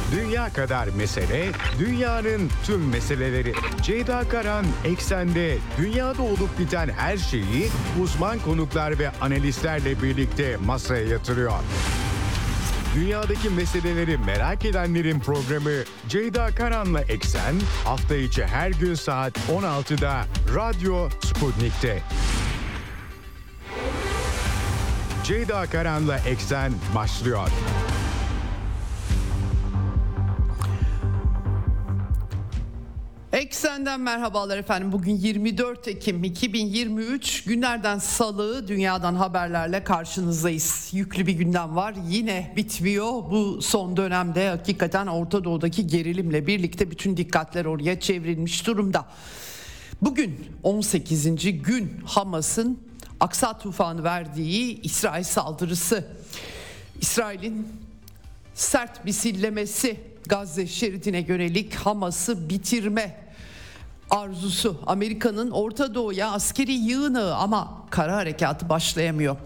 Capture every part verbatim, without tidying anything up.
Dünya kadar mesele, dünyanın tüm meseleleri. Ceyda Karan Eksen'de dünyada olup biten her şeyi uzman konuklar ve analistlerle birlikte masaya yatırıyor. Dünyadaki meseleleri merak edenlerin programı Ceyda Karan'la Eksen hafta içi her gün saat on altıda Radyo Sputnik'te. Ceyda Karan'la Eksen başlıyor. Eksen'den merhabalar efendim. Bugün yirmi dört Ekim iki bin yirmi üç, günlerden salı, dünyadan haberlerle karşınızdayız. Yüklü bir gündem var, yine bitmiyor. Bu son dönemde hakikaten Orta Doğu'daki gerilimle birlikte bütün dikkatler oraya çevrilmiş durumda. Bugün on sekizinci gün Hamas'ın Aksa tufanı verdiği İsrail saldırısı. İsrail'in sert misillemesi, Gazze şeridine yönelik Hamas'ı bitirme arzusu, Amerika'nın Orta Doğu'ya askeri yığını ama kara harekatı başlayamıyor.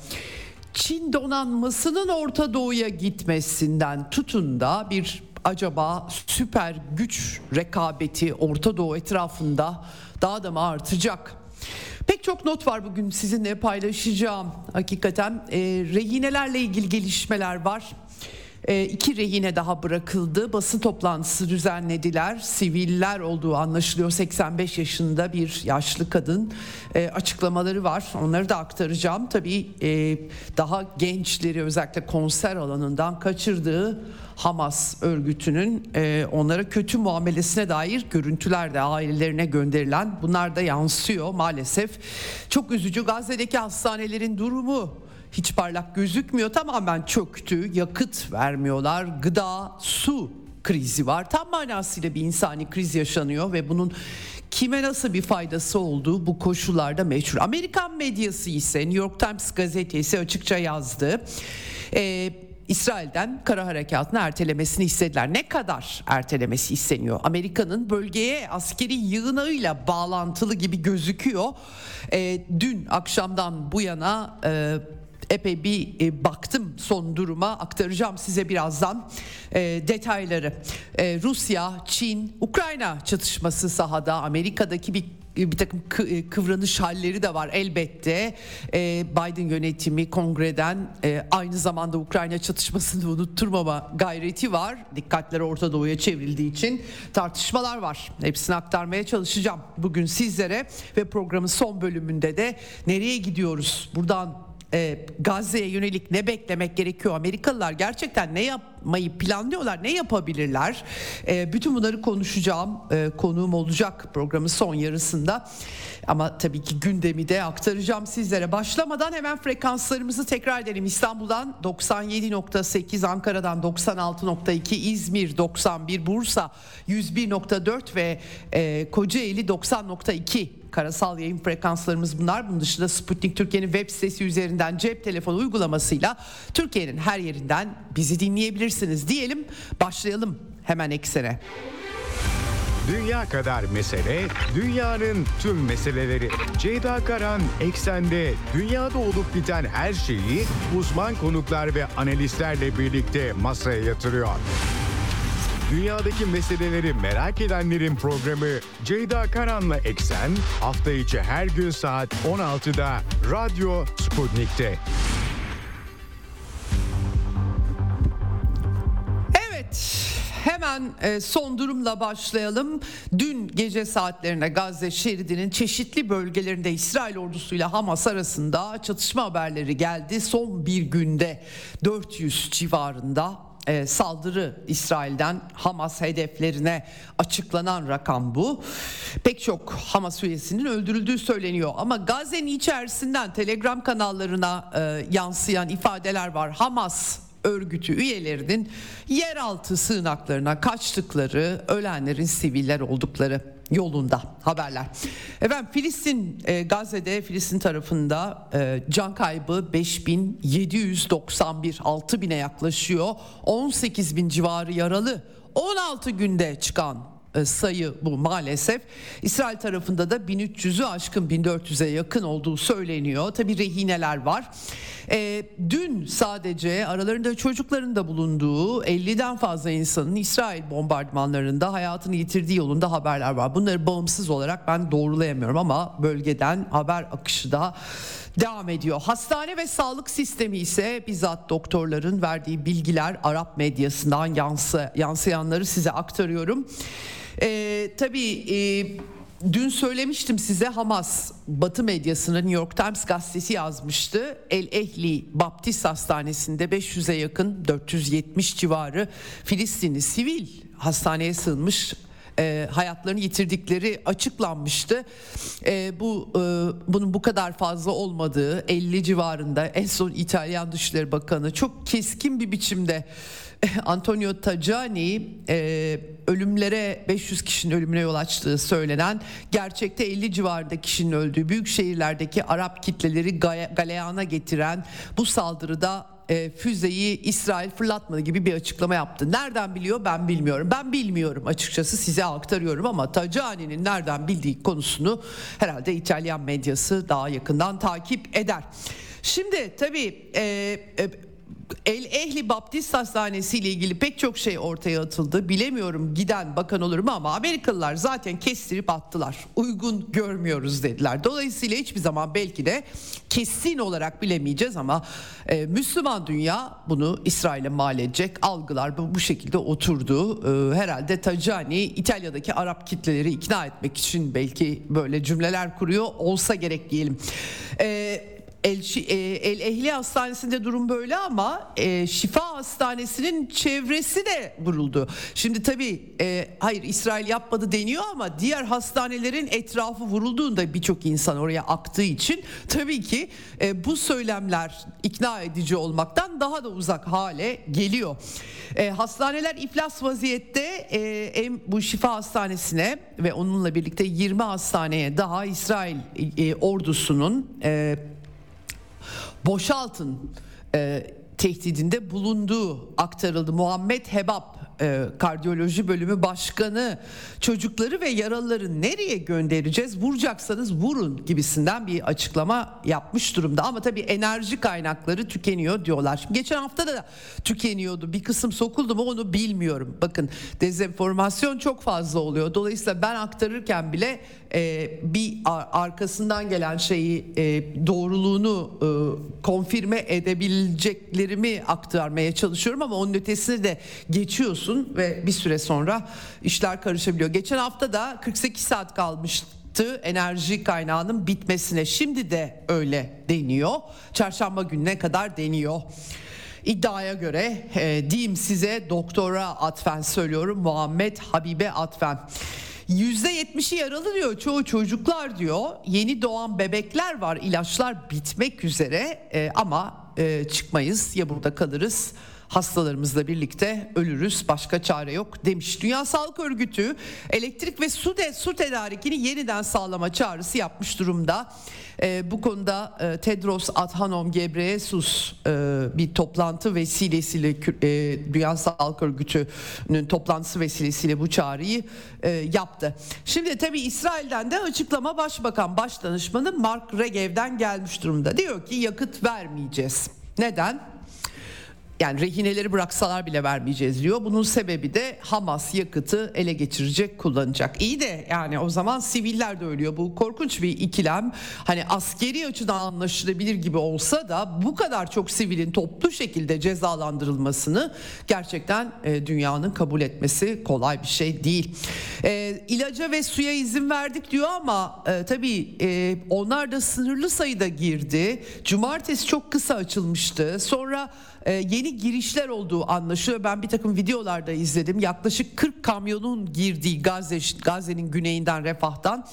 Çin donanmasının Orta Doğu'ya gitmesinden tutun da bir acaba süper güç rekabeti Orta Doğu etrafında daha da mı artacak? Pek çok not var bugün sizinle paylaşacağım. Hakikaten e, rehinelerle ilgili gelişmeler var. E, iki rehine daha bırakıldı. Basın toplantısı düzenlediler. Siviller olduğu anlaşılıyor. seksen beş yaşında bir yaşlı kadın e, açıklamaları var. Onları da aktaracağım. Tabii e, daha gençleri özellikle konser alanından kaçırdığı Hamas örgütünün e, onlara kötü muamelesine dair görüntüler de ailelerine gönderilen, bunlar da yansıyor maalesef. Çok üzücü. Gazze'deki hastanelerin durumu hiç parlak gözükmüyor. Tamamen çöktü. Yakıt vermiyorlar. Gıda, su krizi var. Tam manasıyla bir insani kriz yaşanıyor ve bunun kime nasıl bir faydası olduğu bu koşullarda meşhur. Amerikan medyası ise New York Times gazetesi açıkça yazdı. Ee, İsrail'den kara harekatını ertelemesini istediler. Ne kadar ertelemesi isteniyor? Amerika'nın bölgeye askeri yığınıyla bağlantılı gibi gözüküyor. Ee, dün akşamdan bu yana E, epey bir e, baktım son duruma, aktaracağım size birazdan e, detayları. E, Rusya, Çin, Ukrayna çatışması sahada. Amerika'daki bir bir takım kıvranış halleri de var elbette. E, Biden yönetimi kongreden e, aynı zamanda Ukrayna çatışmasını unutturmama gayreti var. Dikkatler Orta Doğu'ya çevrildiği için tartışmalar var. Hepsini aktarmaya çalışacağım bugün sizlere ve programın son bölümünde de nereye gidiyoruz? Buradan E, Gazze'ye yönelik ne beklemek gerekiyor? Amerikalılar gerçekten ne yapmayı planlıyorlar? Ne yapabilirler? E, bütün bunları konuşacağım. E, konuğum olacak programın son yarısında. Ama tabii ki gündemi de aktaracağım sizlere. Başlamadan hemen frekanslarımızı tekrar edelim. İstanbul'dan doksan yedi nokta sekiz, Ankara'dan doksan altı nokta iki, İzmir doksan bir, Bursa yüz bir nokta dört ve e, Kocaeli doksan nokta iki. Karasal yayın frekanslarımız bunlar. Bunun dışında Sputnik Türkiye'nin web sitesi üzerinden cep telefonu uygulamasıyla Türkiye'nin her yerinden bizi dinleyebilirsiniz diyelim. Başlayalım hemen Eksen'e. Dünya kadar mesele, dünyanın tüm meseleleri. Ceyda Karan Eksen'de dünyada olup biten her şeyi uzman konuklar ve analistlerle birlikte masaya yatırıyor. Dünyadaki meseleleri merak edenlerin programı Ceyda Karan'la Eksen hafta içi her gün saat on altıda Radyo Sputnik'te. Evet, hemen son durumla başlayalım. Dün gece saatlerinde Gazze şeridinin çeşitli bölgelerinde İsrail ordusuyla Hamas arasında çatışma haberleri geldi. Son bir günde dört yüz civarında Ee, saldırı İsrail'den Hamas hedeflerine, açıklanan rakam bu. Pek çok Hamas üyesinin öldürüldüğü söyleniyor ama Gazze'nin içerisinden Telegram kanallarına e, yansıyan ifadeler var. Hamas örgütü üyelerinin yeraltı sığınaklarına kaçtıkları, ölenlerin siviller oldukları yolunda haberler. Efendim Filistin, e, Gazze'de Filistin tarafında e, can kaybı beş bin yedi yüz doksan bir, altı bine yaklaşıyor. on sekiz bin civarı yaralı. on altı günde çıkan sayı bu maalesef. İsrail tarafında da bin üç yüzü aşkın, bin dört yüze yakın olduğu söyleniyor. Tabii rehineler var. E, dün sadece aralarında çocukların da bulunduğu elliden fazla insanın İsrail bombardımanlarında hayatını yitirdiği yolunda haberler var. Bunları bağımsız olarak ben doğrulayamıyorum ama bölgeden haber akışı da devam ediyor. Hastane ve sağlık sistemi ise bizzat doktorların verdiği bilgiler, Arap medyasından yansı, yansıyanları size aktarıyorum. Ee, tabii e, dün söylemiştim size, Hamas Batı medyasının New York Times gazetesi yazmıştı. El Ehli Baptist Hastanesi'nde beş yüze yakın, dört yüz yetmiş civarı Filistinli sivil hastaneye sığınmış, E, hayatlarını yitirdikleri açıklanmıştı. E, bu e, bunun bu kadar fazla olmadığı, elli civarında, en son İtalyan Dışişleri Bakanı çok keskin bir biçimde Antonio Tajani e, ölümlere, beş yüz kişinin ölümüne yol açtığı söylenen, gerçekte elli civarında kişinin öldüğü büyük şehirlerdeki Arap kitleleri galeyana getiren bu saldırıda E, füzeyi İsrail fırlatmadı gibi bir açıklama yaptı. Nereden biliyor ben bilmiyorum. Ben bilmiyorum açıkçası, size aktarıyorum ama Tajani'nin nereden bildiği konusunu herhalde İtalyan medyası daha yakından takip eder. Şimdi tabii e, e, El Ehli Baptist Hastanesi ile ilgili pek çok şey ortaya atıldı. Bilemiyorum giden bakan olur mu ama Amerikalılar zaten kestirip attılar. Uygun görmüyoruz dediler. Dolayısıyla hiçbir zaman belki de kesin olarak bilemeyeceğiz ama e, Müslüman dünya bunu İsrail'e mal edecek algılar bu, bu şekilde oturdu. E, herhalde Tajani İtalya'daki Arap kitleleri ikna etmek için belki böyle cümleler kuruyor olsa gerek diyelim. E, El, El Ehli Hastanesi'nde durum böyle ama e, Şifa Hastanesi'nin çevresi de vuruldu. Şimdi tabii e, hayır İsrail yapmadı deniyor ama diğer hastanelerin etrafı vurulduğunda birçok insan oraya aktığı için tabii ki e, bu söylemler ikna edici olmaktan daha da uzak hale geliyor. E, hastaneler iflas vaziyette. E, bu Şifa Hastanesi'ne ve onunla birlikte yirmi hastaneye daha İsrail e, ordusunun e, boşaltın e, tehdidinde bulunduğu aktarıldı. Muhammed Hebab e, kardiyoloji bölümü başkanı çocukları ve yaralıları nereye göndereceğiz, vuracaksanız vurun gibisinden bir açıklama yapmış durumda. Ama tabii enerji kaynakları tükeniyor diyorlar. Şimdi geçen hafta da tükeniyordu, bir kısım sokuldu mu onu bilmiyorum. Bakın, dezenformasyon çok fazla oluyor. Dolayısıyla ben aktarırken bile e, bir arkasından gelen şeyi e, doğruluğunu e, konfirme edebileceklerimi aktarmaya çalışıyorum ama onun ötesine de geçiyorsun ve bir süre sonra işler karışabiliyor. Geçen hafta da kırk sekiz saat kalmıştı enerji kaynağının bitmesine. Şimdi de öyle deniyor. Çarşamba gününe kadar deniyor. İddiaya göre e, diyeyim size, doktora atfen söylüyorum, Muhammed Habib'e atfen. yüzde yetmişi yaralı diyor, çoğu çocuklar diyor, yeni doğan bebekler var, ilaçlar bitmek üzere e, ama e, çıkmayız, ya burada kalırız, hastalarımızla birlikte ölürüz, başka çare yok demiş. Dünya Sağlık Örgütü elektrik ve su, de, su tedarikini yeniden sağlama çağrısı yapmış durumda. E, bu konuda e, Tedros Adhanom Ghebreyesus e, bir toplantı vesilesiyle e, Dünya Sağlık Örgütü'nün toplantısı vesilesiyle bu çağrıyı e, yaptı. Şimdi tabii İsrail'den de açıklama Başbakan Başdanışmanı Mark Regev'den gelmiş durumda. Diyor ki yakıt vermeyeceğiz. Neden? Yani rehineleri bıraksalar bile vermeyeceğiz diyor. Bunun sebebi de Hamas yakıtı ele geçirecek, kullanacak. İyi de yani o zaman siviller de ölüyor. Bu korkunç bir ikilem. Hani askeri açıdan anlaşılabilir gibi olsa da bu kadar çok sivilin toplu şekilde cezalandırılmasını gerçekten e, dünyanın kabul etmesi kolay bir şey değil. E, ilaca ve suya izin verdik diyor ama e, tabii e, onlar da sınırlı sayıda girdi. Cumartesi çok kısa açılmıştı. Sonra e, yeni girişler olduğu anlaşılıyor. Ben bir takım videolarda izledim. Yaklaşık kırk kamyonun girdiği Gazze, Gazze'nin güneyinden, Refah'tan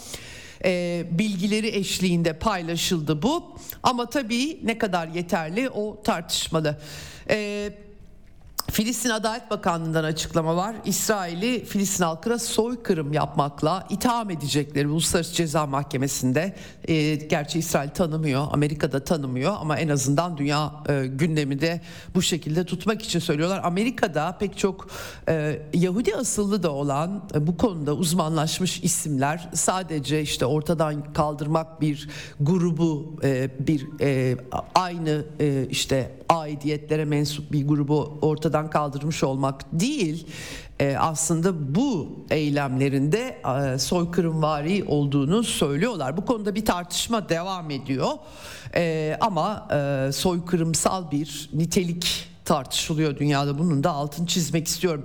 e, bilgileri eşliğinde paylaşıldı bu. Ama tabii ne kadar yeterli o tartışmalı. E, Filistin Adalet Bakanlığı'ndan açıklama var. İsrail'i Filistin halkına soykırım yapmakla itham edecekleri Uluslararası Ceza Mahkemesi'nde. E, gerçi İsrail tanımıyor, Amerika'da tanımıyor ama en azından dünya e, gündeminde bu şekilde tutmak için söylüyorlar. Amerika'da pek çok e, Yahudi asıllı da olan e, bu konuda uzmanlaşmış isimler sadece işte ortadan kaldırmak bir grubu e, bir e, aynı e, işte aidiyetlere mensup bir grubu ortadan kaldırmış olmak değil, e, aslında bu eylemlerinde e, soykırımvari olduğunu söylüyorlar. Bu konuda bir tartışma devam ediyor e, ama e, soykırımsal bir nitelik tartışılıyor dünyada, bunun da altını çizmek istiyorum.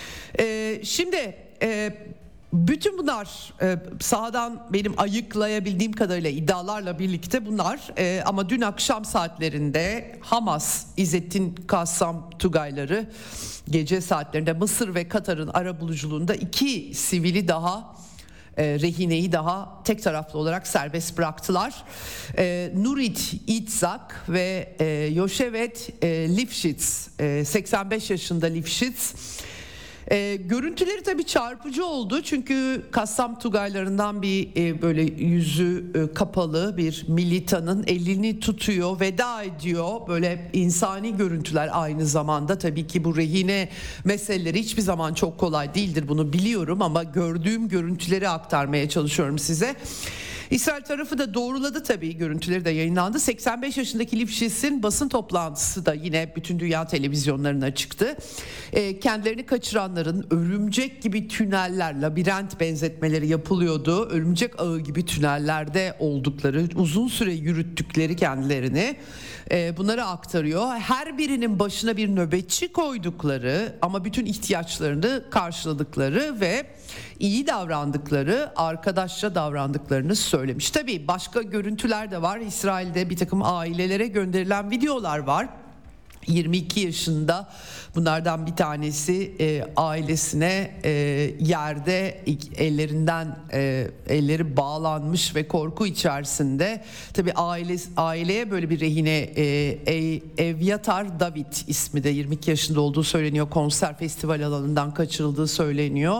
E, şimdi e, bütün bunlar e, sahadan benim ayıklayabildiğim kadarıyla iddialarla birlikte bunlar e, ama dün akşam saatlerinde Hamas, İzzettin Kassam Tugayları gece saatlerinde Mısır ve Katar'ın arabuluculuğunda iki sivili daha e, rehineyi daha tek taraflı olarak serbest bıraktılar. E, Nurit İtzak ve e, Yoshevet e, Lifshitz, e, seksen beş yaşında Lifshitz. E, görüntüleri tabii çarpıcı oldu çünkü Kassam Tugaylarından bir e, böyle yüzü e, kapalı bir militanın elini tutuyor, veda ediyor. Böyle insani görüntüler aynı zamanda. Tabii ki bu rehine meseleleri hiçbir zaman çok kolay değildir, bunu biliyorum ama gördüğüm görüntüleri aktarmaya çalışıyorum size. İsrail tarafı da doğruladı tabii, görüntüleri de yayınlandı. seksen beş yaşındaki Lifshitz'in basın toplantısı da yine bütün dünya televizyonlarına çıktı. E, kendilerini kaçıranların örümcek gibi tüneller, labirent benzetmeleri yapılıyordu. Örümcek ağı gibi tünellerde oldukları, uzun süre yürüttükleri kendilerini e, bunları aktarıyor. Her birinin başına bir nöbetçi koydukları ama bütün ihtiyaçlarını karşıladıkları ve iyi davrandıkları, arkadaşça davrandıklarını söylemiş. Tabii başka görüntüler de var. İsrail'de bir takım ailelere gönderilen videolar var. yirmi iki yaşında bunlardan bir tanesi e, ailesine e, yerde ellerinden e, elleri bağlanmış ve korku içerisinde, tabii aile aileye böyle bir rehine e, Evyatar David ismi de yirmi iki yaşında olduğu söyleniyor. Konser festival alanından kaçırıldığı söyleniyor.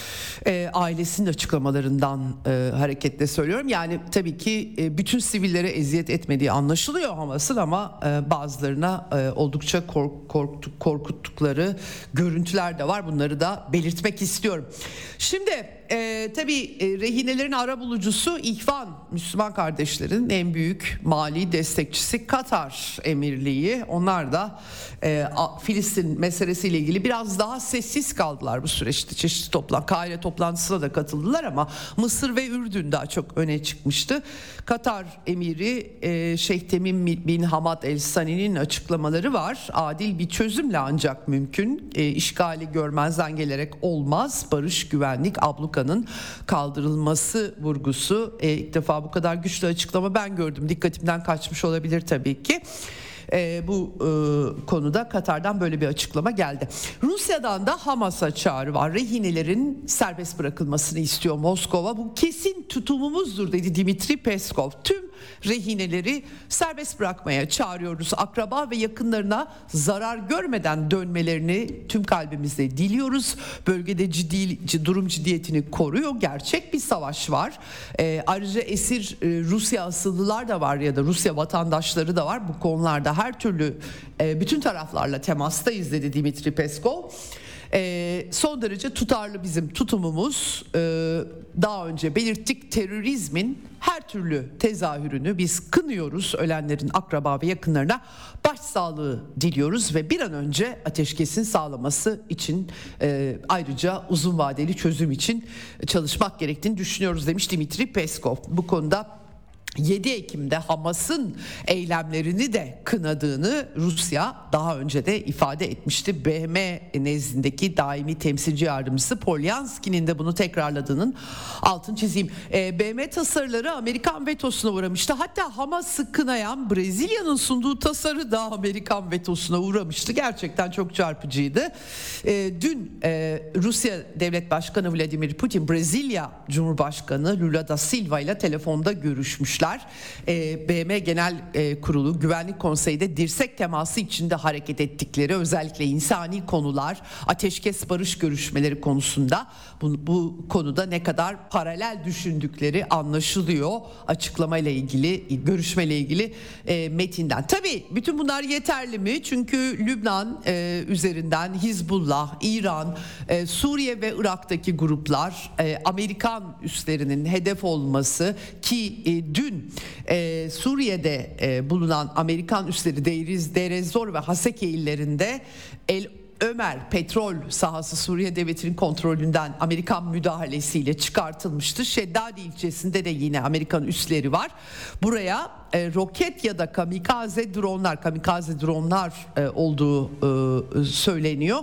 E, ailesinin açıklamalarından e, hareketle söylüyorum. Yani tabii ki e, bütün sivillere eziyet etmediği anlaşılıyor Hamas'ın ama e, bazılarına e, oldukça kork, korktuk, korkuttukları görüntüler de var. Bunları da belirtmek istiyorum. Şimdi e, tabii e, rehinelerin arabulucusu İhvan, Müslüman kardeşlerin en büyük mali destekçisi Katar Emirliği. Onlar da e, Filistin meselesiyle ilgili biraz daha sessiz kaldılar bu süreçte. Çeşitli toplan, Kahire toplantısına da katıldılar ama Mısır ve Ürdün daha çok öne çıkmıştı. Katar Emiri e, Şeyh Temim bin Hamad El Sani'nin açıklamaları var. Adil bir çözümle ancak mümkün. E, işgali görmezden gelerek olmaz. Barış, güvenlik, ablukanın kaldırılması vurgusu. E, ilk defa bu kadar güçlü açıklama ben gördüm. Dikkatimden kaçmış olabilir tabii ki. E, bu e, konuda Katar'dan böyle bir açıklama geldi. Rusya'dan da Hamas'a çağrı var. Rehinelerin serbest bırakılmasını istiyor Moskova. Bu kesin tutumumuzdur dedi Dimitri Peskov. Tüm rehineleri serbest bırakmaya çağırıyoruz. Akraba ve yakınlarına zarar görmeden dönmelerini tüm kalbimizle diliyoruz. Bölgede ciddi durum ciddiyetini koruyor. Gerçek bir savaş var. E, ayrıca esir e, Rusya asıllılar da var ya da Rusya vatandaşları da var. Bu konularda her türlü e, bütün taraflarla temastayız dedi Dimitri Peskov. E, son derece tutarlı bizim tutumumuz. E, daha önce belirttik, terörizmin her türlü tezahürünü biz kınıyoruz. Ölenlerin akraba ve yakınlarına başsağlığı diliyoruz ve bir an önce ateşkesin sağlaması için e, ayrıca uzun vadeli çözüm için çalışmak gerektiğini düşünüyoruz demiş Dimitri Peskov. Bu konuda yedi Ekim'de Hamas'ın eylemlerini de kınadığını Rusya daha önce de ifade etmişti. B M nezdindeki daimi temsilci yardımcısı Polyanski'nin de bunu tekrarladığının altını çizeyim. E, B M tasarıları Amerikan vetosuna uğramıştı. Hatta Hamas'ı kınayan Brezilya'nın sunduğu tasarı da Amerikan vetosuna uğramıştı. Gerçekten çok çarpıcıydı. E, dün e, Rusya Devlet Başkanı Vladimir Putin, Brezilya Cumhurbaşkanı Lula da Silva ile telefonda görüşmüştü. etmişler. E, B M Genel e, Kurulu Güvenlik Konseyi'de dirsek teması içinde hareket ettikleri, özellikle insani konular, ateşkes barış görüşmeleri konusunda bu, bu konuda ne kadar paralel düşündükleri anlaşılıyor açıklamayla ilgili, görüşmeyle ilgili e, metinden. Tabii bütün bunlar yeterli mi? Çünkü Lübnan e, üzerinden Hizbullah, İran, e, Suriye ve Irak'taki gruplar, e, Amerikan üslerinin hedef olması ki e, dün e, Suriye'de e, bulunan Amerikan üsleri Deir, Deir ez-Zor ve Haseke illerinde El Ömer petrol sahası Suriye devletinin kontrolünden Amerikan müdahalesiyle çıkartılmıştı. Şeddadi ilçesinde de yine Amerikan üsleri var. Buraya e, roket ya da kamikaze dronlar, kamikaze dronlar e, olduğu e, söyleniyor.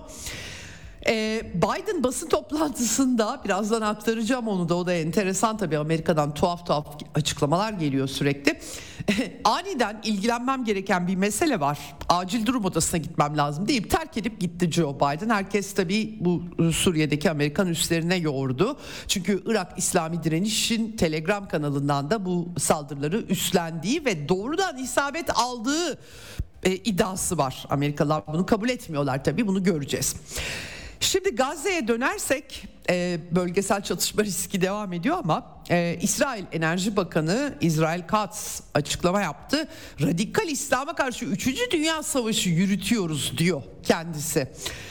Biden basın toplantısında, birazdan aktaracağım onu da, o da enteresan tabii, Amerika'dan tuhaf tuhaf açıklamalar geliyor sürekli. Aniden ilgilenmem gereken bir mesele var, acil durum odasına gitmem lazım deyip terk edip gitti Joe Biden. Herkes tabii bu Suriye'deki Amerikan üslerine yordu. Çünkü Irak İslami Direniş'in Telegram kanalından da bu saldırıları üstlendiği ve doğrudan isabet aldığı e, iddiası var. Amerikalılar bunu kabul etmiyorlar tabii, bunu göreceğiz. Şimdi Gazze'ye dönersek e, bölgesel çatışma riski devam ediyor ama e, İsrail Enerji Bakanı İsrail Katz açıklama yaptı. Radikal İslam'a karşı üçüncü Dünya Savaşı yürütüyoruz diyor kendisi.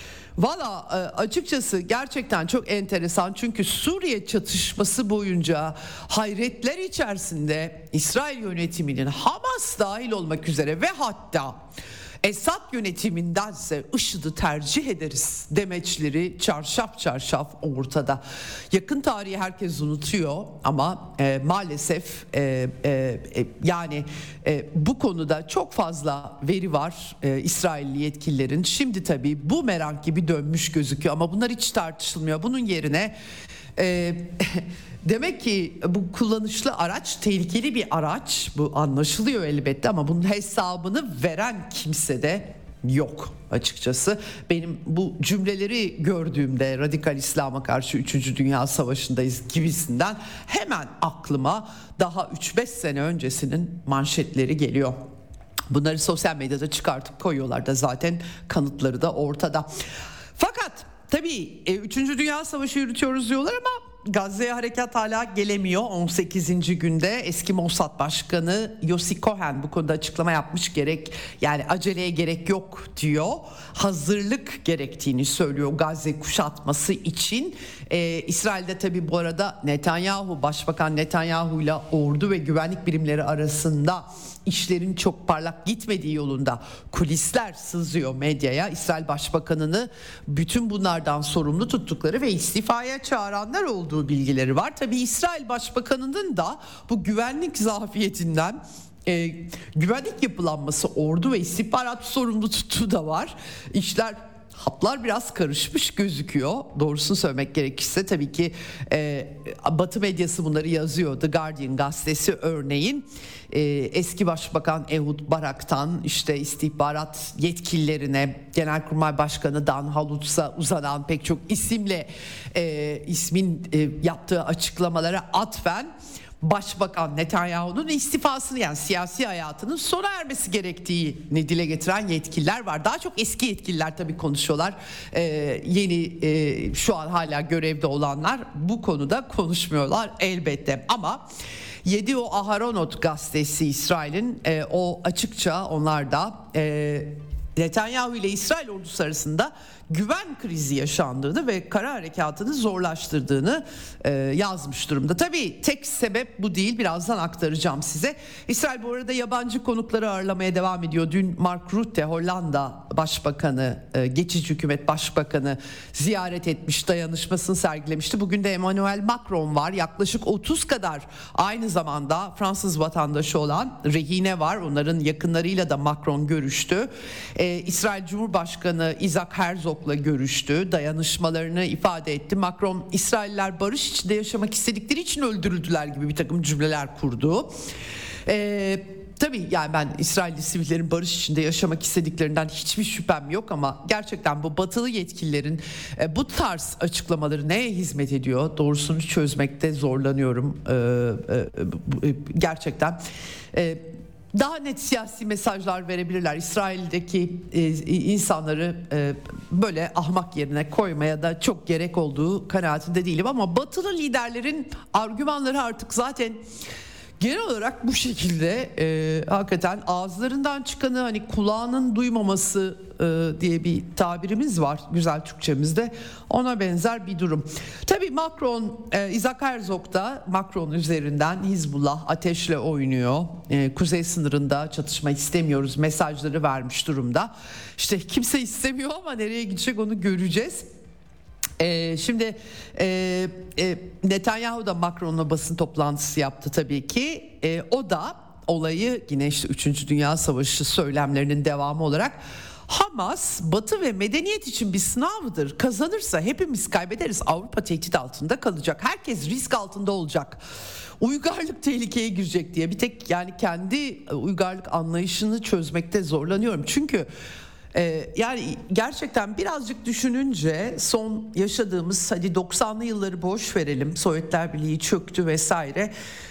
Valla e, açıkçası gerçekten çok enteresan, çünkü Suriye çatışması boyunca hayretler içerisinde İsrail yönetiminin, Hamas dahil olmak üzere ve hatta Esad yönetimindense IŞİD'i tercih ederiz demeçleri çarşaf çarşaf ortada. Yakın tarihi herkes unutuyor ama e, maalesef e, e, e, yani e, bu konuda çok fazla veri var e, İsrailli yetkililerin. Şimdi tabii bu merak gibi dönmüş gözüküyor ama bunlar hiç tartışılmıyor. Bunun yerine e, demek ki bu kullanışlı araç tehlikeli bir araç, bu anlaşılıyor elbette, ama bunun hesabını veren kimse de yok açıkçası. Benim bu cümleleri gördüğümde, radikal İslam'a karşı üçüncü Dünya Savaşı'ndayız gibisinden, hemen aklıma daha üç beş sene öncesinin manşetleri geliyor. Bunları sosyal medyada çıkartıp koyuyorlar da zaten, kanıtları da ortada. Fakat tabii üçüncü Dünya Savaşı yürütüyoruz diyorlar ama Gazze'ye harekat hala gelemiyor. on sekizinci günde eski Mossad Başkanı Yossi Cohen bu konuda açıklama yapmış. Gerek yani aceleye gerek yok diyor. Hazırlık gerektiğini söylüyor Gazze kuşatması için. Ee, İsrail'de tabii bu arada Netanyahu, Başbakan Netanyahu ile ordu ve güvenlik birimleri arasında işlerin çok parlak gitmediği yolunda kulisler sızıyor medyaya. İsrail Başbakanını bütün bunlardan sorumlu tuttukları ve istifaya çağıranlar olduğu bilgileri var. Tabii İsrail Başbakanı'nın da bu güvenlik zafiyetinden e, güvenlik yapılanması, ordu ve istihbarat sorumlu tuttuğu da var. İşler, hatlar biraz karışmış gözüküyor. Doğrusunu söylemek gerekirse tabii ki e, Batı medyası bunları yazıyor. The Guardian gazetesi örneğin e, eski Başbakan Ehud Barak'tan işte istihbarat yetkililerine, Genelkurmay Başkanı Dan Halutz'a uzanan pek çok isimle e, ismin e, yaptığı açıklamalara atfen Başbakan Netanyahu'nun istifasını, yani siyasi hayatının sona ermesi gerektiğini dile getiren yetkililer var. Daha çok eski yetkililer tabii konuşuyorlar. Ee, yeni e, şu an hala görevde olanlar bu konuda konuşmuyorlar elbette. Ama Yedi o Aharonot gazetesi İsrail'in e, o açıkça onlar da e, Netanyahu ile İsrail ordusu arasında güven krizi yaşandığını ve kara harekatını zorlaştırdığını e, yazmış durumda. Tabii tek sebep bu değil, birazdan aktaracağım size. İsrail bu arada yabancı konukları ağırlamaya devam ediyor. Dün Mark Rutte, Hollanda Başbakanı, e, geçici hükümet başbakanı ziyaret etmiş, dayanışmasını sergilemişti. Bugün de Emmanuel Macron var. Yaklaşık otuz kadar aynı zamanda Fransız vatandaşı olan rehine var. Onların yakınlarıyla da Macron görüştü. E, İsrail Cumhurbaşkanı Isaac Herzog görüştü, dayanışmalarını ifade etti. Macron, İsrailler barış içinde yaşamak istedikleri için öldürüldüler gibi bir takım cümleler kurdu. Ee, tabii yani ben İsrailli sivillerin barış içinde yaşamak istediklerinden hiçbir şüphem yok ama gerçekten bu batılı yetkililerin e, bu tarz açıklamaları neye hizmet ediyor? Doğrusunu çözmekte zorlanıyorum. E, e, e, gerçekten e, daha net siyasi mesajlar verebilirler. İsrail'deki e, insanları e, böyle ahmak yerine koymaya da çok gerek olduğu kanaatinde değilim ama batılı liderlerin argümanları artık zaten genel olarak bu şekilde e, hakikaten ağızlarından çıkanı hani kulağının duymaması e, diye bir tabirimiz var güzel Türkçemizde. Ona benzer bir durum. Tabii Macron, e, Isaac Herzog da Macron üzerinden Hizbullah ateşle oynuyor. E, kuzey sınırında çatışma istemiyoruz mesajları vermiş durumda. İşte kimse istemiyor ama nereye gidecek onu göreceğiz. Ee, şimdi e, e, Netanyahu da Macron'la basın toplantısı yaptı tabii ki. E, o da olayı yine işte üçüncü. Dünya Savaşı söylemlerinin devamı olarak Hamas Batı ve medeniyet için bir sınavdır. Kazanırsa hepimiz kaybederiz. Avrupa tehdit altında kalacak. Herkes risk altında olacak. Uygarlık tehlikeye girecek diye bir tek yani kendi uygarlık anlayışını çözmekte zorlanıyorum. Çünkü Ee, yani gerçekten birazcık düşününce son yaşadığımız hadi doksanlı yılları boş verelim, Sovyetler Birliği çöktü vesaire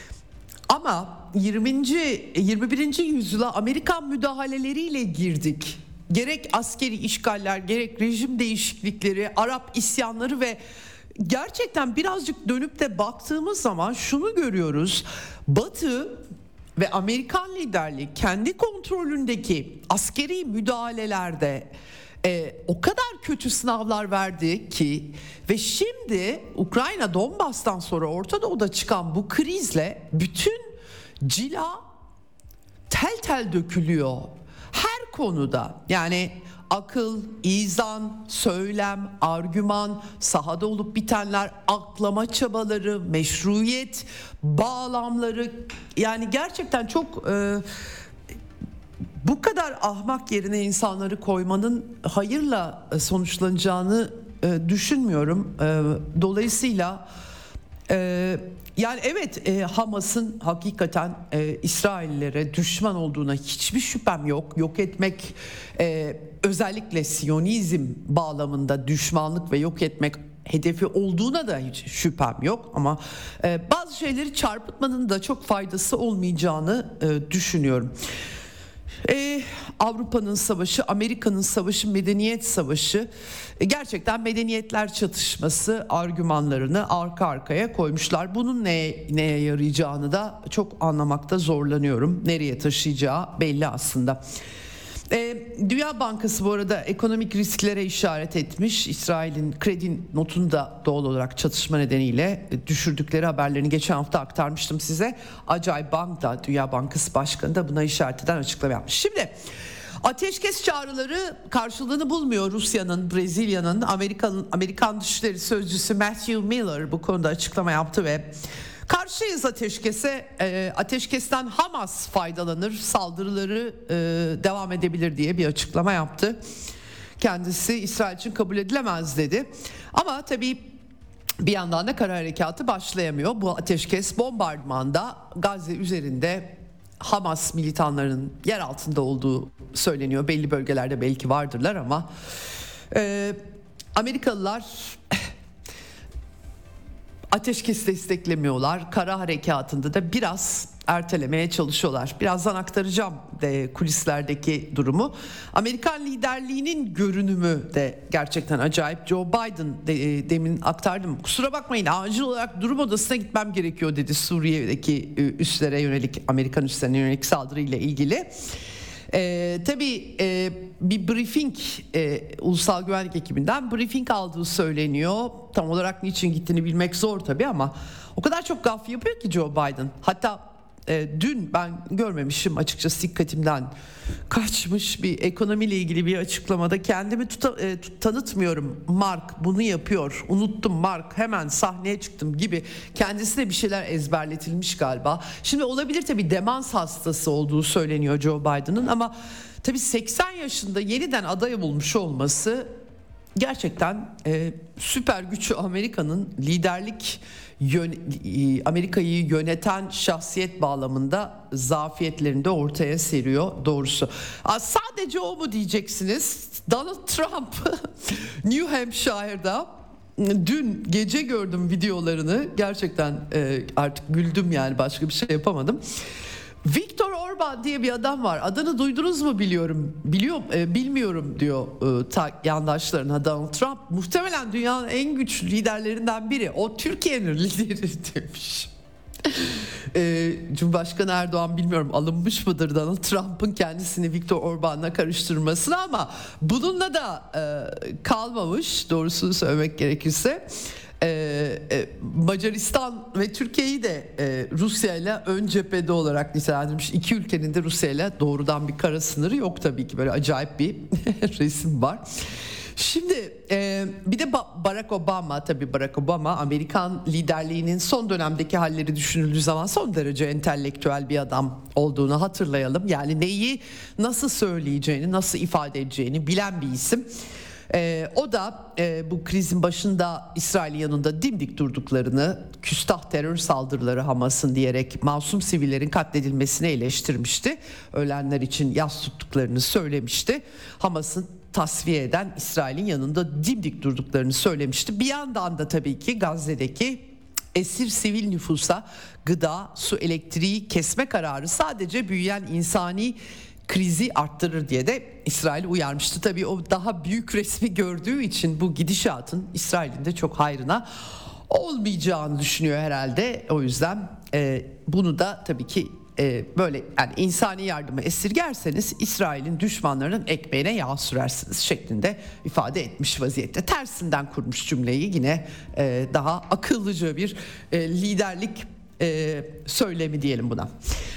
ama yirminci yirmi birinci yüzyıla Amerikan müdahaleleriyle girdik. Gerek askeri işgaller, gerek rejim değişiklikleri, Arap isyanları ve gerçekten birazcık dönüp de baktığımız zaman şunu görüyoruz. Batı ve Amerikan liderliği kendi kontrolündeki askeri müdahalelerde e, o kadar kötü sınavlar verdi ki ve şimdi Ukrayna Donbas'tan sonra Orta Doğu'da çıkan bu krizle bütün cila tel tel dökülüyor. Her konuda yani akıl, izan, söylem, argüman, sahada olup bitenler, aklama çabaları, meşruiyet bağlamları yani gerçekten çok e, bu kadar ahmak yerine insanları koymanın hayırla sonuçlanacağını e, düşünmüyorum. E, dolayısıyla e, yani evet e, Hamas'ın hakikaten e, İsraillere düşman olduğuna hiçbir şüphem yok. Yok etmek e, özellikle Siyonizm bağlamında düşmanlık ve yok etmek hedefi olduğuna da hiç şüphem yok. Ama e, bazı şeyleri çarpıtmanın da çok faydası olmayacağını e, düşünüyorum. Ee, Avrupa'nın savaşı, Amerika'nın savaşı, medeniyet savaşı e, gerçekten medeniyetler çatışması argümanlarını arka arkaya koymuşlar. Bunun neye, neye yarayacağını da çok anlamakta zorlanıyorum. Nereye taşıyacağı belli aslında. Ee, Dünya Bankası bu arada ekonomik risklere işaret etmiş. İsrail'in kredi notunu da doğal olarak çatışma nedeniyle düşürdükleri haberlerini geçen hafta aktarmıştım size. Acay Bank da Dünya Bankası Başkanı da buna işaret eden açıklama yapmış. Şimdi ateşkes çağrıları karşılığını bulmuyor. Rusya'nın, Brezilya'nın, Amerika'nın Amerikan Dışişleri Sözcüsü Matthew Miller bu konuda açıklama yaptı ve karşıyız ateşkese, e, ateşkesten Hamas faydalanır, saldırıları e, devam edebilir diye bir açıklama yaptı. Kendisi İsrail için kabul edilemez dedi. Ama tabii bir yandan da kara harekatı başlayamıyor. Bu ateşkes bombardımanda Gazze üzerinde Hamas militanlarının yer altında olduğu söyleniyor. Belli bölgelerde belki vardırlar ama e, Amerikalılar ateşkes desteklemiyorlar. Kara harekatında da biraz ertelemeye çalışıyorlar. Birazdan aktaracağım de kulislerdeki durumu. Amerikan liderliğinin görünümü de gerçekten acayip. Joe Biden de, e, demin aktardım. Kusura bakmayın acil olarak durum odasına gitmem gerekiyor dedi Suriye'deki üslere yönelik, Amerikan üslerine yönelik saldırıyla ilgili. Ee, tabii e, bir briefing e, ulusal güvenlik ekibinden briefing aldığı söyleniyor. Tam olarak niçin gittiğini bilmek zor tabii ama o kadar çok gaf yapıyor ki Joe Biden. Hatta e, dün ben görmemişim açıkçası, dikkatimden kaçmış bir ekonomiyle ilgili bir açıklamada kendimi tuta, e, tut, tanıtmıyorum. Mark bunu yapıyor. Unuttum Mark, hemen sahneye çıktım gibi kendisine bir şeyler ezberletilmiş galiba. Şimdi olabilir tabii, demans hastası olduğu söyleniyor Joe Biden'ın ama tabii seksen yaşında yeniden aday olmuş olması gerçekten e, süper güçlü Amerika'nın liderlik yön, e, Amerika'yı yöneten şahsiyet bağlamında zafiyetlerini de ortaya seriyor doğrusu. Aa, sadece o mu diyeceksiniz? Donald Trump New Hampshire'da dün gece gördüm videolarını, gerçekten e, artık güldüm, yani başka bir şey yapamadım. Viktor Orban diye bir adam var. Adını duydunuz mu biliyorum. Biliyor, e, bilmiyorum diyor e, ta, yandaşlarına Donald Trump. Muhtemelen dünyanın en güçlü liderlerinden biri. O Türkiye'nin lideri demiş. e, Cumhurbaşkanı Erdoğan bilmiyorum alınmış mıdır Donald Trump'ın kendisini Viktor Orban'la karıştırmasına, ama bununla da e, kalmamış doğrusunu söylemek gerekirse. Ee, e, Macaristan ve Türkiye'yi de e, Rusya ile ön cephede olarak nitelendirmiş. İki ülkenin de Rusya ile doğrudan bir kara sınırı yok tabii ki, böyle acayip bir resim var. Şimdi e, bir de Barack Obama, tabii Barack Obama Amerikan liderliğinin son dönemdeki halleri düşünüldüğü zaman son derece entelektüel bir adam olduğunu hatırlayalım. Yani neyi nasıl söyleyeceğini, nasıl ifade edeceğini bilen bir isim. Ee, o da e, bu krizin başında İsrail'in yanında dimdik durduklarını, küstah terör saldırıları Hamas'ın diyerek masum sivillerin katledilmesini eleştirmişti. Ölenler için yas tuttuklarını söylemişti. Hamas'ın tasfiye eden İsrail'in yanında dimdik durduklarını söylemişti. Bir yandan da tabii ki Gazze'deki esir sivil nüfusa gıda, su, elektriği kesme kararı sadece büyüyen insani krizi arttırır diye de İsrail uyarmıştı. Tabii o daha büyük resmi gördüğü için bu gidişatın İsrail'in de çok hayrına olmayacağını düşünüyor herhalde. O yüzden e, bunu da tabii ki e, böyle yani insani yardımı esirgerseniz İsrail'in düşmanlarının ekmeğine yağ sürersiniz şeklinde ifade etmiş vaziyette. Tersinden kurmuş cümleyi, yine e, daha akıllıca bir e, liderlik e, söylemi diyelim buna.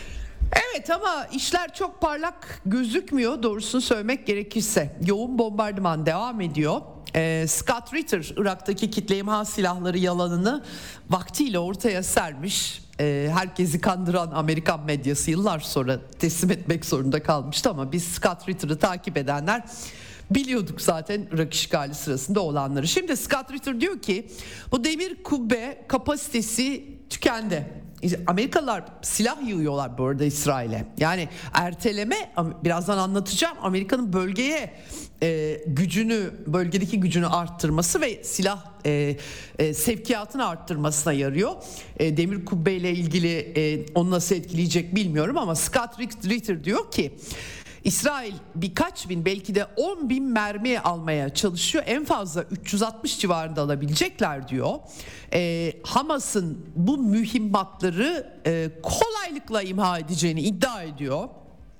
Evet, ama işler çok parlak gözükmüyor doğrusunu söylemek gerekirse. Yoğun bombardıman devam ediyor. Ee, Scott Ritter Irak'taki kitle imha silahları yalanını vaktiyle ortaya sermiş. Ee, herkesi kandıran Amerikan medyası yıllar sonra teslim etmek zorunda kalmıştı, ama biz Scott Ritter'ı takip edenler biliyorduk zaten Irak işgali sırasında olanları. Şimdi Scott Ritter diyor ki bu demir kubbe kapasitesi tükendi. Amerikalılar silah yığıyorlar bu arada İsrail'e. Yani erteleme, birazdan anlatacağım, Amerika'nın bölgeye e, gücünü, bölgedeki gücünü arttırması ve silah e, e, sevkiyatını arttırmasına yarıyor. E, demir kubbeyle ilgili e, onu nasıl etkileyecek bilmiyorum, ama Scott Ritter diyor ki İsrail birkaç bin, belki de on bin mermi almaya çalışıyor. En fazla üç yüz altmış civarında alabilecekler diyor. Ee, Hamas'ın bu mühimmatları e, kolaylıkla imha edeceğini iddia ediyor.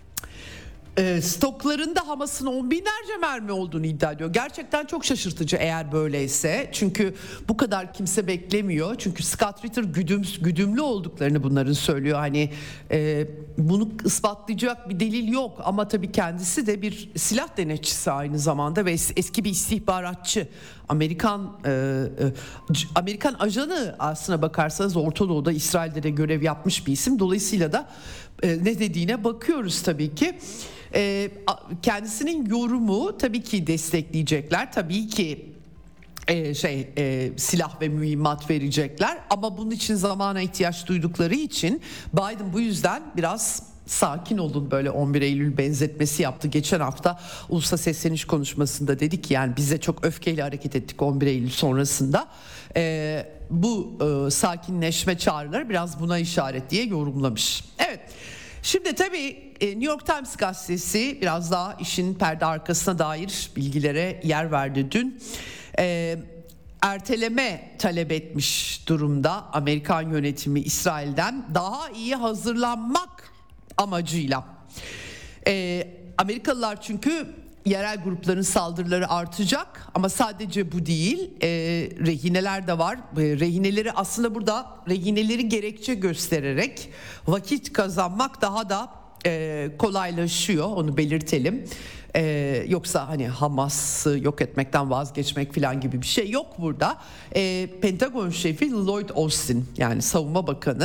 E, stoklarında Hamas'ın on binlerce mermi olduğunu iddia ediyor. Gerçekten çok şaşırtıcı eğer böyleyse. Çünkü bu kadar kimse beklemiyor. Çünkü Scott Ritter güdüm, güdümlü olduklarını bunların söylüyor. Hani e, bunu ispatlayacak bir delil yok. Ama tabii kendisi de bir silah denetçisi aynı zamanda ve es, eski bir istihbaratçı. Amerikan e, e, Amerikan ajanı aslına bakarsanız Orta Doğu'da, İsrail'de de görev yapmış bir isim. Dolayısıyla da e, ne dediğine bakıyoruz tabii ki. E, kendisinin yorumu tabii ki destekleyecekler. Tabii ki e, şey e, silah ve mühimmat verecekler. Ama bunun için zamana ihtiyaç duydukları için Biden bu yüzden biraz sakin olun, böyle on bir Eylül benzetmesi yaptı. Geçen hafta ulusa sesleniş konuşmasında dedi ki yani bize çok öfkeyle hareket ettik on bir Eylül sonrasında. Ee, bu e, sakinleşme çağrıları biraz buna işaret diye yorumlamış. Evet, şimdi tabii New York Times gazetesi biraz daha işin perde arkasına dair bilgilere yer verdi dün. Ee, erteleme talep etmiş durumda Amerikan yönetimi İsrail'den, daha iyi hazırlanmak amacıyla. Ee, Amerikalılar çünkü yerel grupların saldırıları artacak, ama sadece bu değil, e, rehineler de var. E, rehineleri aslında burada rehineleri gerekçe göstererek vakit kazanmak daha da e, kolaylaşıyor, onu belirtelim. Ee, yoksa hani Hamas'ı yok etmekten vazgeçmek falan gibi bir şey yok burada. Ee, Pentagon şefi Lloyd Austin, yani Savunma Bakanı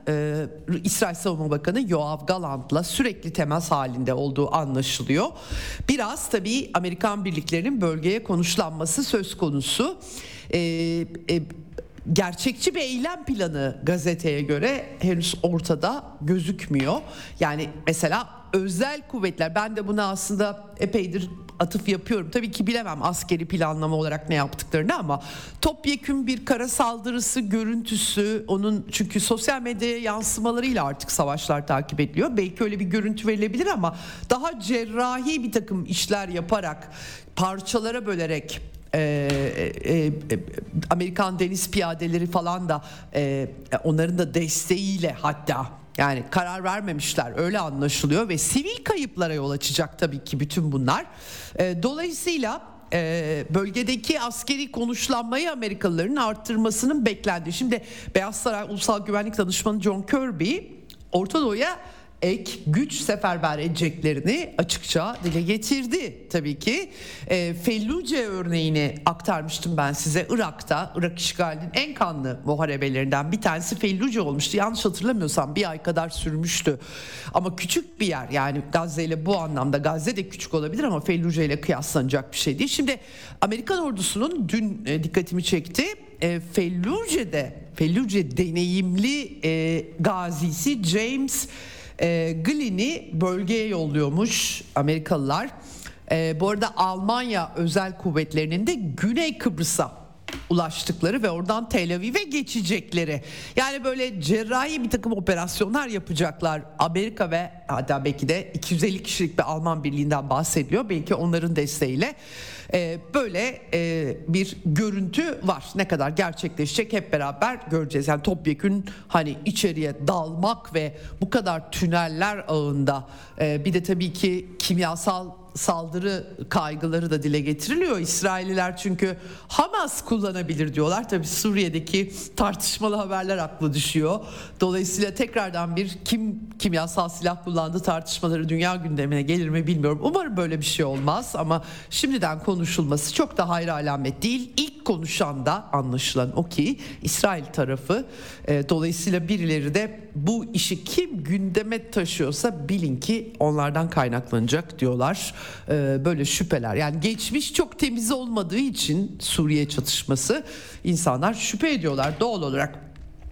e, İsrail Savunma Bakanı Yoav Gallant'la sürekli temas halinde olduğu anlaşılıyor. Biraz tabii Amerikan birliklerinin bölgeye konuşlanması söz konusu. E, e, Gerçekçi bir eylem planı gazeteye göre henüz ortada gözükmüyor. Yani mesela özel kuvvetler, ben de buna aslında epeydir atıf yapıyorum. Tabii ki bilemem askeri planlama olarak ne yaptıklarını ama topyekün bir kara saldırısı görüntüsü, onun çünkü sosyal medyaya yansımalarıyla artık savaşlar takip ediliyor. Belki öyle bir görüntü verilebilir ama daha cerrahi bir takım işler yaparak, parçalara bölerek Ee, e, e, Amerikan deniz piyadeleri falan da e, onların da desteğiyle, hatta yani karar vermemişler öyle anlaşılıyor ve sivil kayıplara yol açacak tabii ki bütün bunlar. E, dolayısıyla e, bölgedeki askeri konuşlanmayı Amerikalıların arttırmasının beklendiği. Şimdi Beyaz Saray Ulusal Güvenlik Danışmanı John Kirby Orta Doğu'ya ek güç seferber edeceklerini açıkça dile getirdi tabii ki. E, Felluce örneğini aktarmıştım ben size. Irak'ta, Irak işgalinin en kanlı muharebelerinden bir tanesi Felluce olmuştu. Yanlış hatırlamıyorsam bir ay kadar sürmüştü. Ama küçük bir yer, yani Gazze ile bu anlamda, Gazze de küçük olabilir ama Felluce ile kıyaslanacak bir şey değil. Şimdi Amerikan ordusunun dün e, dikkatimi çekti. E, Felluce'de, Felluce deneyimli e, gazisi James E, Glyn'i bölgeye yolluyormuş Amerikalılar. E, bu arada Almanya özel kuvvetlerinin de Güney Kıbrıs'a ulaştıkları ve oradan Tel Aviv'e geçecekleri, yani böyle cerrahi bir takım operasyonlar yapacaklar. Amerika ve hatta belki de iki yüz elli kişilik bir Alman birliğinden bahsediliyor. Belki onların desteğiyle e, böyle e, bir görüntü var. Ne kadar gerçekleşecek hep beraber göreceğiz. Yani topyekün hani içeriye dalmak ve bu kadar tüneller ağında e, bir de tabii ki kimyasal saldırı kaygıları da dile getiriliyor. İsrailliler çünkü Hamas kullanabilir diyorlar. Tabii Suriye'deki tartışmalı haberler aklı düşüyor. Dolayısıyla tekrardan bir kim kimyasal silah kullandığı tartışmaları dünya gündemine gelir mi bilmiyorum. Umarım böyle bir şey olmaz ama şimdiden konuşulması çok da hayra alamet değil. İlk konuşan da anlaşılan o ki İsrail tarafı. E, dolayısıyla birileri de bu işi kim gündeme taşıyorsa bilin ki onlardan kaynaklanacak diyorlar. E, böyle şüpheler, yani geçmiş çok temiz olmadığı için Suriye çatışması, insanlar şüphe ediyorlar doğal olarak.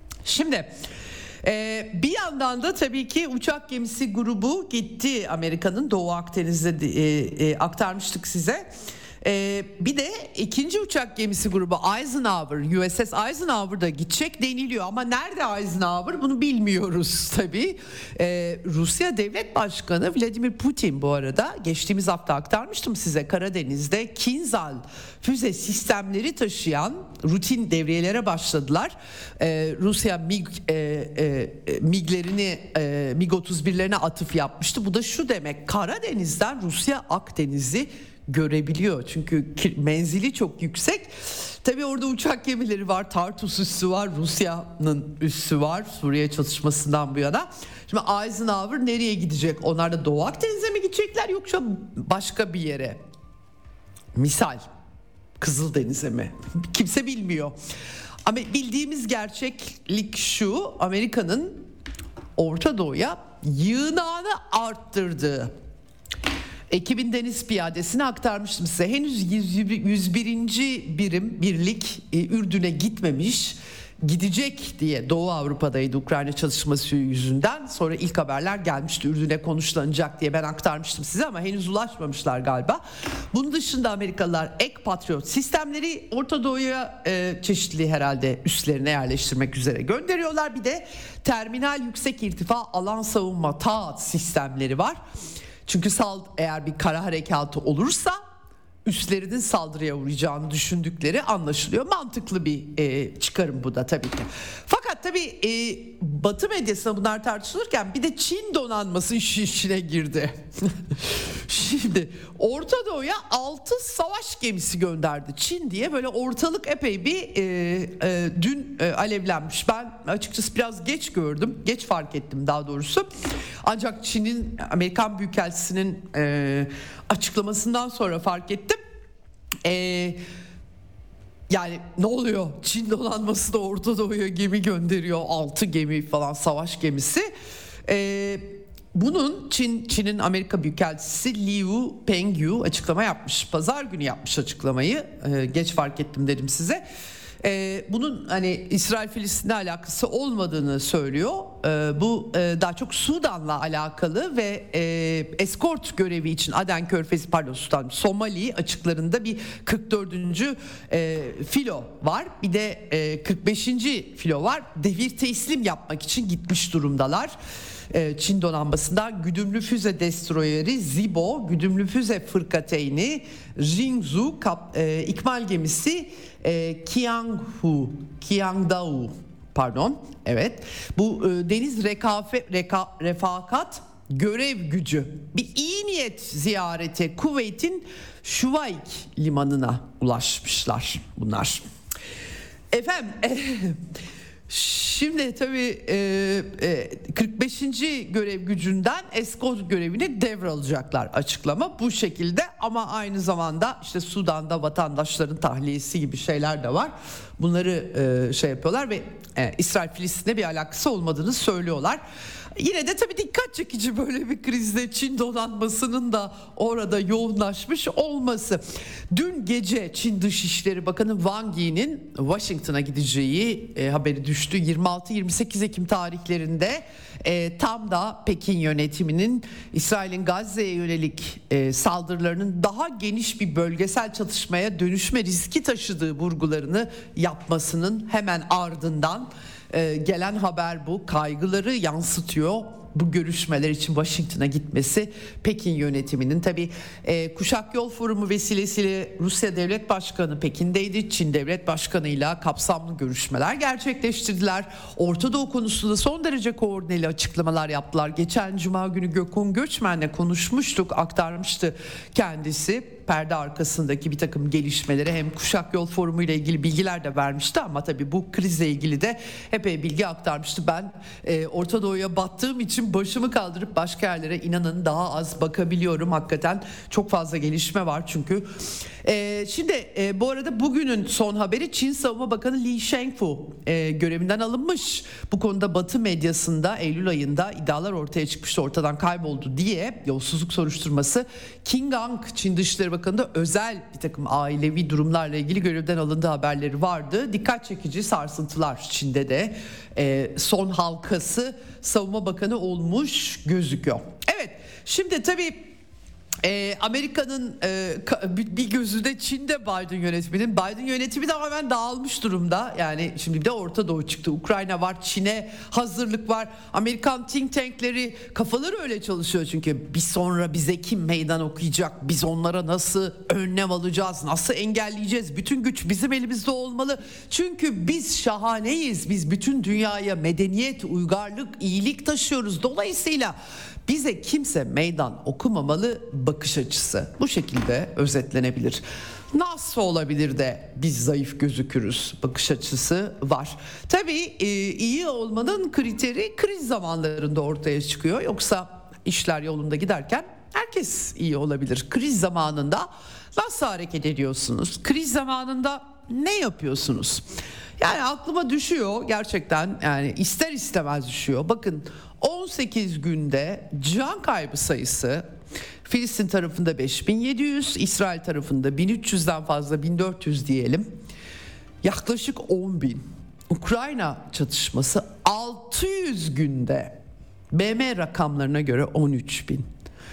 Şimdi Ee, bir yandan da tabii ki uçak gemisi grubu gitti Amerika'nın Doğu Akdeniz'de e, e, aktarmıştık size. Ee, bir de ikinci uçak gemisi grubu Eisenhower, U S S Eisenhower da gidecek deniliyor ama nerede Eisenhower bunu bilmiyoruz tabii. Ee, Rusya Devlet Başkanı Vladimir Putin bu arada geçtiğimiz hafta aktarmıştım size, Karadeniz'de Kinzhal füze sistemleri taşıyan rutin devriyelere başladılar. Ee, Rusya MiG e, e, MiG'lerini e, MiG otuz birlerine atıf yapmıştı. Bu da şu demek: Karadeniz'den Rusya Akdeniz'i görebiliyor. Çünkü menzili çok yüksek. Tabii orada uçak gemileri var. Tartus üssü var. Rusya'nın üssü var. Suriye çatışmasından bu yana. Şimdi Eisenhower nereye gidecek? Onlar da Doğu Akdeniz'e mi gidecekler yoksa başka bir yere? Misal Kızıldeniz'e mi? Kimse bilmiyor. Ama bildiğimiz gerçeklik şu: Amerika'nın Orta Doğu'ya yığınağını arttırdığı. Ekibin deniz piyadesini aktarmıştım size. Henüz yüz birinci birim birlik e, Ürdün'e gitmemiş. Gidecek diye Doğu Avrupa'daydı Ukrayna çalışması yüzünden. Sonra ilk haberler gelmişti, Ürdün'e konuşlanacak diye ben aktarmıştım size ama henüz ulaşmamışlar galiba. Bunun dışında Amerikalılar ek Patriot sistemleri Orta Doğu'ya e, çeşitli herhalde üslerine yerleştirmek üzere gönderiyorlar. Bir de terminal yüksek irtifa alan savunma TAAT sistemleri var. Çünkü sal, eğer bir kara harekatı olursa üslerinin saldırıya uğrayacağını düşündükleri anlaşılıyor. Mantıklı bir e, çıkarım bu da tabii ki. Fakat tabii e, Batı medyasında bunlar tartışılırken bir de Çin donanması işin içine girdi. Şimdi Orta Doğu'ya altı savaş gemisi gönderdi Çin diye, böyle ortalık epey bir e, e, dün e, alevlenmiş. Ben açıkçası biraz geç gördüm, geç fark ettim daha doğrusu. Ancak Çin'in, Amerikan Büyükelçisi'nin e, açıklamasından sonra fark ettim. E, Yani ne oluyor? Çin donanması da Orta Doğu'ya gemi gönderiyor. Altı gemi falan, savaş gemisi. Ee, bunun Çin Çin'in Amerika Büyükelçisi Liu Pengyu açıklama yapmış. Pazar günü yapmış açıklamayı. Ee, geç fark ettim dedim size. Ee, bunun hani İsrail-Filistin'le alakası olmadığını söylüyor. Ee, bu e, daha çok Sudan'la alakalı ve e, eskort görevi için Aden Körfezi, pardon Sudan, Somali açıklarında bir kırk dördüncü E, filo var. Bir de e, kırk beşinci filo var. Devir teslim yapmak için gitmiş durumdalar. Çin donanmasından güdümlü füze destroyeri Zibo, güdümlü füze fırkateyni Jingzhou, kap, e, ikmal gemisi e, Qianghu, Qiangdao, pardon, evet. Bu e, deniz rekafe, reka, refakat görev gücü bir iyi niyet ziyareti Kuveyt'in Şuvayk limanına ulaşmışlar bunlar. Efendim. E, Şimdi tabii e, e, kırk beşinci görev gücünden eskort görevini devralacaklar, açıklama bu şekilde. Ama aynı zamanda işte Sudan'da vatandaşların tahliyesi gibi şeyler de var. Bunları e, şey yapıyorlar ve e, İsrail-Filistin'le bir alakası olmadığını söylüyorlar. Yine de tabii dikkat çekici böyle bir krizde Çin donanmasının da orada yoğunlaşmış olması. Dün gece Çin Dışişleri Bakanı Wang Yi'nin Washington'a gideceği e, haberi düştü. yirmi altı yirmi sekiz Ekim tarihlerinde e, tam da Pekin yönetiminin İsrail'in Gazze'ye yönelik e, saldırılarının daha geniş bir bölgesel çatışmaya dönüşme riski taşıdığı vurgularını yapmasının hemen ardından Ee, gelen haber bu. Kaygıları yansıtıyor. Bu görüşmeler için Washington'a gitmesi Pekin yönetiminin. Tabii e, Kuşak Yol Forumu vesilesiyle Rusya Devlet Başkanı Pekin'deydi. Çin Devlet Başkanı'yla kapsamlı görüşmeler gerçekleştirdiler. Orta Doğu konusunda son derece koordineli açıklamalar yaptılar. Geçen Cuma günü Gökhan Göçmen'le konuşmuştuk, aktarmıştı kendisi. Perde arkasındaki bir takım gelişmeleri, hem Kuşak Yol Forumu ile ilgili bilgiler de vermişti ama tabii bu krizle ilgili de epey bilgi aktarmıştı. Ben e, Orta Doğu'ya battığım için başımı kaldırıp başka yerlere inanın daha az bakabiliyorum. Hakikaten çok fazla gelişme var çünkü. E, şimdi e, bu arada bugünün son haberi, Çin Savunma Bakanı Li Shangfu e, görevinden alınmış. Bu konuda Batı medyasında Eylül ayında iddialar ortaya çıkmıştı, ortadan kayboldu diye yolsuzluk soruşturması. King Gang Çin Dışişleri Bakanı da özel bir takım ailevi durumlarla ilgili görevden alındığı haberleri vardı. Dikkat çekici sarsıntılar Çin'de de e, son halkası Savunma Bakanı olmuş gözüküyor. Evet, şimdi tabii Ee, Amerika'nın e, bir gözü de Çin'de Biden yönetiminin. Biden yönetimi tamamen dağılmış durumda. Yani şimdi bir de Orta Doğu çıktı. Ukrayna var, Çin'e hazırlık var. Amerikan think tankleri kafaları öyle çalışıyor çünkü bir sonra bize kim meydan okuyacak? Biz onlara nasıl önlem alacağız? Nasıl engelleyeceğiz? Bütün güç bizim elimizde olmalı. Çünkü biz şahaneyiz. Biz bütün dünyaya medeniyet, uygarlık, iyilik taşıyoruz. Dolayısıyla bize kimse meydan okumamalı bakış açısı. Bu şekilde özetlenebilir. Nasıl olabilir de biz zayıf gözükürüz bakış açısı var. Tabii iyi olmanın kriteri kriz zamanlarında ortaya çıkıyor. Yoksa işler yolunda giderken herkes iyi olabilir. Kriz zamanında nasıl hareket ediyorsunuz? Kriz zamanında ne yapıyorsunuz? Yani aklıma düşüyor gerçekten, yani ister istemez düşüyor. Bakın, on sekiz günde can kaybı sayısı Filistin tarafında beş bin yedi yüz, İsrail tarafında bin üç yüzden fazla, bin dört yüz diyelim. Yaklaşık on bin. Ukrayna çatışması altı yüz günde B M rakamlarına göre on üç bin.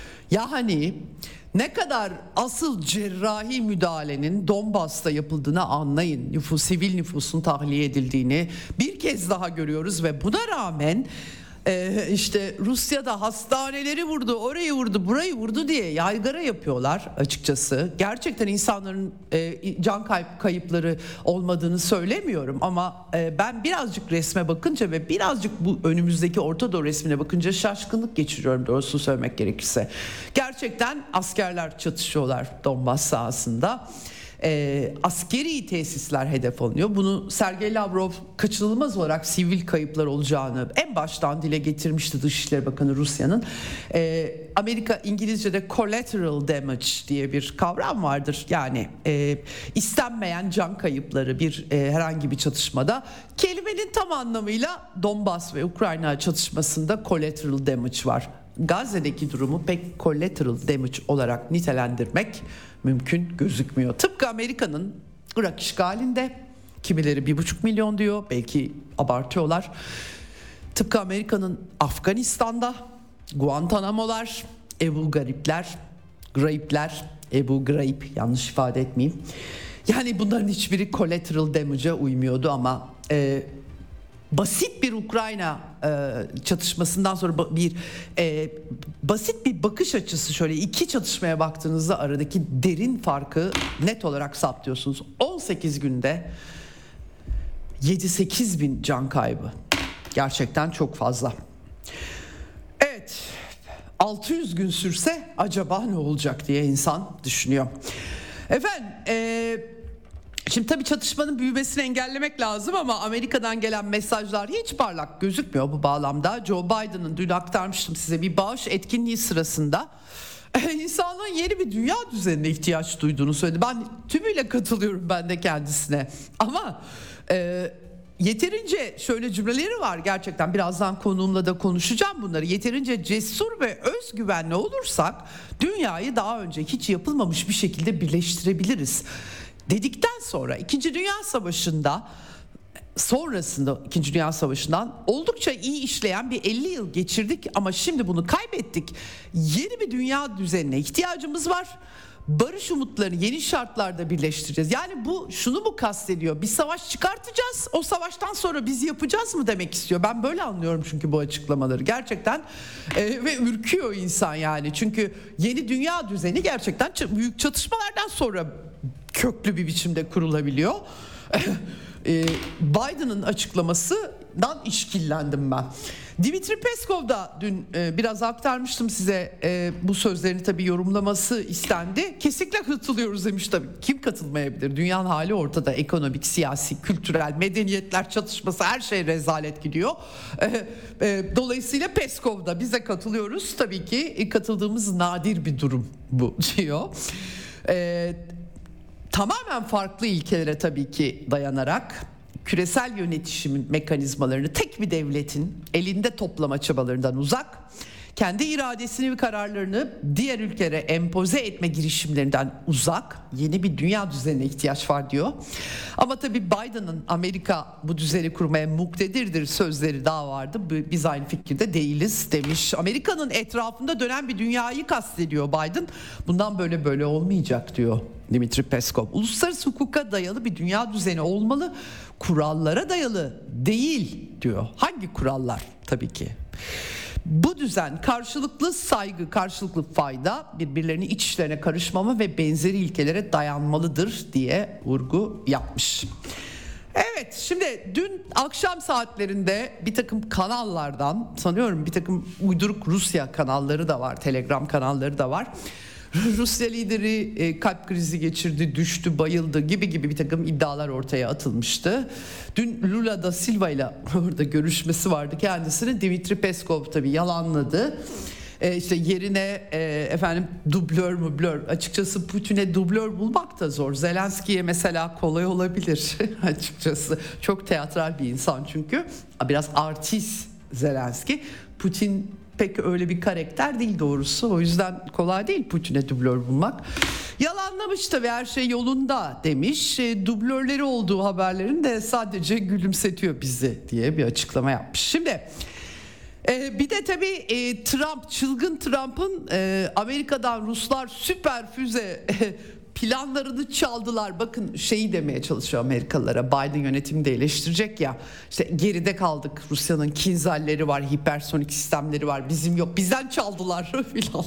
Yani ne kadar asıl cerrahi müdahalenin Donbas'ta yapıldığını anlayın. Nüfus, sivil nüfusun tahliye edildiğini bir kez daha görüyoruz ve buna rağmen Ee, işte Rusya'da hastaneleri vurdu, orayı vurdu, burayı vurdu diye yaygara yapıyorlar açıkçası. Gerçekten insanların e, can kayıp kayıpları olmadığını söylemiyorum ama e, ben birazcık resme bakınca ve birazcık bu önümüzdeki Orta Doğu resmine bakınca şaşkınlık geçiriyorum, doğrusunu söylemek gerekirse. Gerçekten askerler çatışıyorlar Donbas sahasında. e, askeri tesisler hedef alınıyor. Bunu Sergey Lavrov kaçınılmaz olarak sivil kayıplar olacağını en baştan dile getirmişti Dışişleri Bakanı Rusya'nın. E, Amerika İngilizce'de collateral damage diye bir kavram vardır. Yani e, istenmeyen can kayıpları bir e, herhangi bir çatışmada. Kelimenin tam anlamıyla Donbas ve Ukrayna çatışmasında collateral damage var. Gazze'deki durumu pek collateral damage olarak nitelendirmek mümkün gözükmüyor. Tıpkı Amerika'nın Irak işgalinde, kimileri bir buçuk milyon diyor, belki abartıyorlar. Tıpkı Amerika'nın Afganistan'da Guantanamo'lar, Ebu Garipler, Graip'ler, Ebu Graip, yanlış ifade etmeyeyim. Yani bunların hiçbiri collateral damage'a uymuyordu ama e, basit bir Ukrayna e, çatışmasından sonra bir e, basit bir bakış açısı, şöyle iki çatışmaya baktığınızda aradaki derin farkı net olarak saptıyorsunuz. on sekiz günde yedi sekiz bin can kaybı, gerçekten çok fazla. Evet, altı yüz gün sürse acaba ne olacak diye insan düşünüyor. Efendim e, şimdi tabii çatışmanın büyümesini engellemek lazım ama Amerika'dan gelen mesajlar hiç parlak gözükmüyor bu bağlamda. Joe Biden'ın, dün aktarmıştım size, bir bağış etkinliği sırasında insanlığın yeni bir dünya düzenine ihtiyaç duyduğunu söyledi. Ben tümüyle katılıyorum ben de kendisine. Ama e, yeterince şöyle cümleleri var gerçekten, birazdan konuğumla da konuşacağım bunları. Yeterince cesur ve özgüvenli olursak dünyayı daha önce hiç yapılmamış bir şekilde birleştirebiliriz dedikten sonra İkinci Dünya Savaşı'nda, sonrasında İkinci Dünya Savaşı'ndan oldukça iyi işleyen bir elli yıl geçirdik ama şimdi bunu kaybettik. Yeni bir dünya düzenine ihtiyacımız var. Barış umutlarını yeni şartlarda birleştireceğiz. Yani bu şunu mu kastediyor? Bir savaş çıkartacağız, o savaştan sonra biz yapacağız mı demek istiyor. Ben böyle anlıyorum çünkü bu açıklamaları gerçekten e, ve ürküyor insan yani. Çünkü yeni dünya düzeni gerçekten büyük çatışmalardan sonra köklü bir biçimde kurulabiliyor. Biden'ın açıklamasından işkillendim ben. Dimitri Peskov da dün biraz aktarmıştım size, bu sözlerini tabii yorumlaması istendi. Kesinlikle katılıyoruz demiş tabii. Kim katılmayabilir? Dünyanın hali ortada. Ekonomik, siyasi, kültürel, medeniyetler çatışması, her şey rezalet gidiyor. Dolayısıyla Peskov da, bize katılıyoruz. Tabii ki katıldığımız nadir bir durum bu diyor. Tamamen farklı ilkelere tabii ki dayanarak küresel yönetişimin mekanizmalarını tek bir devletin elinde toplama çabalarından uzak, kendi iradesini ve kararlarını diğer ülkelere empoze etme girişimlerinden uzak yeni bir dünya düzenine ihtiyaç var diyor. Ama tabii Biden'ın Amerika bu düzeni kurmaya muktedirdir sözleri daha vardı. Biz aynı fikirde değiliz demiş. Amerika'nın etrafında dönen bir dünyayı kastediyor Biden. Bundan böyle böyle olmayacak diyor Dimitri Peskov. Uluslararası hukuka dayalı bir dünya düzeni olmalı, kurallara dayalı değil diyor. Hangi kurallar? Tabii ki bu düzen karşılıklı saygı, karşılıklı fayda, birbirlerinin iç işlerine karışmama ve benzeri ilkelere dayanmalıdır diye vurgu yapmış. Evet, şimdi dün akşam saatlerinde bir takım kanallardan, sanıyorum bir takım uyduruk Rusya kanalları da var, Telegram kanalları da var. Rusya lideri e, kalp krizi geçirdi, düştü, bayıldı gibi gibi bir takım iddialar ortaya atılmıştı. Dün Lula da Silva ile orada görüşmesi vardı kendisinin. Dimitri Peskov tabii yalanladı. E, işte yerine e, efendim dublör müblör, açıkçası Putin'e dublör bulmak da zor. Zelenski'ye mesela kolay olabilir açıkçası. Çok teatral bir insan çünkü. Biraz artist Zelenski. Putin pek öyle bir karakter değil doğrusu. O yüzden kolay değil Putin'e dublör bulmak. Yalanlamış tabii, her şey yolunda demiş. E, dublörleri olduğu haberlerin de sadece gülümsetiyor bizi diye bir açıklama yapmış. Şimdi e, bir de tabii e, Trump, çılgın Trump'ın e, Amerika'dan Ruslar süper füze e, planlarını çaldılar. Bakın şeyi demeye çalışıyor Amerikalılara. Biden yönetimi de eleştirecek ya. İşte geride kaldık. Rusya'nın Kinzhal'leri var, hipersonik sistemleri var. Bizim yok. Bizden çaldılar filan.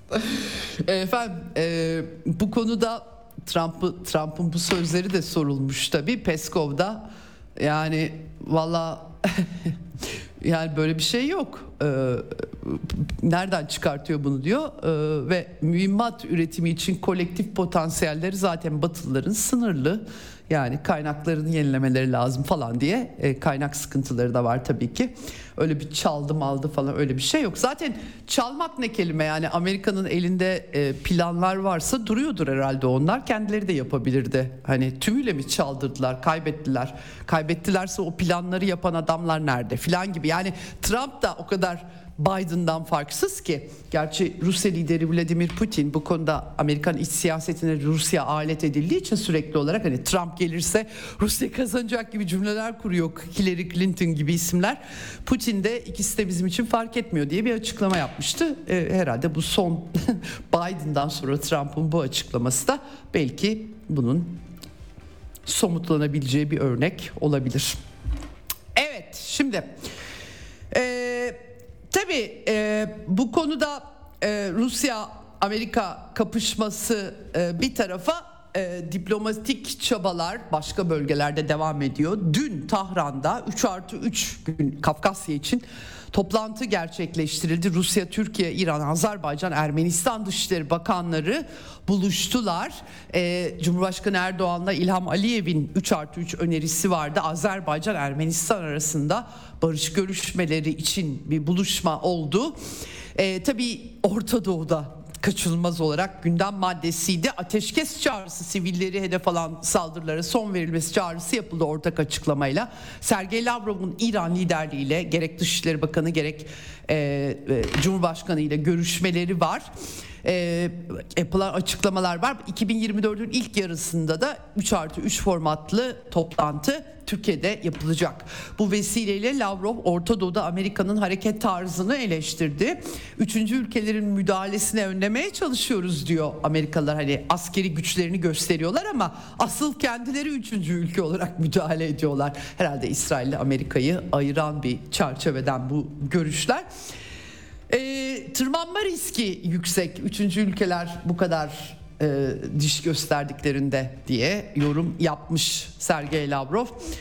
Efendim e, bu konuda Trump'ı, Trump'ın bu sözleri de sorulmuş tabii. Peskov'da yani valla yani böyle bir şey yok. Ee, nereden çıkartıyor bunu diyor. Ee, ve mühimmat üretimi için kolektif potansiyelleri zaten Batılıların sınırlı. Yani kaynaklarını yenilemeleri lazım falan diye e, kaynak sıkıntıları da var tabii ki. Öyle bir çaldım aldı falan öyle bir şey yok. Zaten çalmak ne kelime, yani Amerika'nın elinde e, planlar varsa duruyordur herhalde, onlar kendileri de yapabilirdi. Hani tümüyle mi çaldırdılar, kaybettiler. Kaybettilerse o planları yapan adamlar nerede filan gibi. Yani Trump da o kadar Biden'dan farksız ki. Gerçi Rusya lideri Vladimir Putin bu konuda Amerikan iç siyasetine Rusya alet edildiği için sürekli olarak hani Trump gelirse Rusya kazanacak gibi cümleler kuruyor. Hillary Clinton gibi isimler. Putin de ikisi de bizim için fark etmiyor diye bir açıklama yapmıştı. E, herhalde bu son Biden'dan sonra Trump'ın bu açıklaması da belki bunun somutlanabileceği bir örnek olabilir. Evet, şimdi eee Tabii e, bu konuda e, Rusya-Amerika kapışması e, bir tarafa, e, diplomatik çabalar başka bölgelerde devam ediyor. Dün Tahran'da üç artı üç gün Kafkasya için toplantı gerçekleştirildi. Rusya, Türkiye, İran, Azerbaycan, Ermenistan Dışişleri Bakanları buluştular. Ee, Cumhurbaşkanı Erdoğan'la İlham Aliyev'in üç artı üç önerisi vardı. Azerbaycan, Ermenistan arasında barış görüşmeleri için bir buluşma oldu. Ee, tabii Orta Doğu'da kaçınılmaz olarak gündem maddesiydi. Ateşkes çağrısı, sivilleri hedef alan saldırılara son verilmesi çağrısı yapıldı ortak açıklamayla. Sergey Lavrov'un İran liderliğiyle gerek Dışişleri Bakanı gerek e, e, Cumhurbaşkanı ile görüşmeleri var. E, yapılan açıklamalar var. iki bin yirmi dördün ilk yarısında da üç artı üç formatlı toplantı Türkiye'de yapılacak. Bu vesileyle Lavrov Orta Doğu'da Amerika'nın hareket tarzını eleştirdi. Üçüncü ülkelerin müdahalesini önlemeye çalışıyoruz diyor Amerikalılar. Hani askeri güçlerini gösteriyorlar ama asıl kendileri üçüncü ülke olarak müdahale ediyorlar. Herhalde İsrail ile Amerika'yı ayıran bir çerçeveden bu görüşler. E, tırmanma riski yüksek. Üçüncü ülkeler bu kadar e, diş gösterdiklerinde diye yorum yapmış Sergey Lavrov.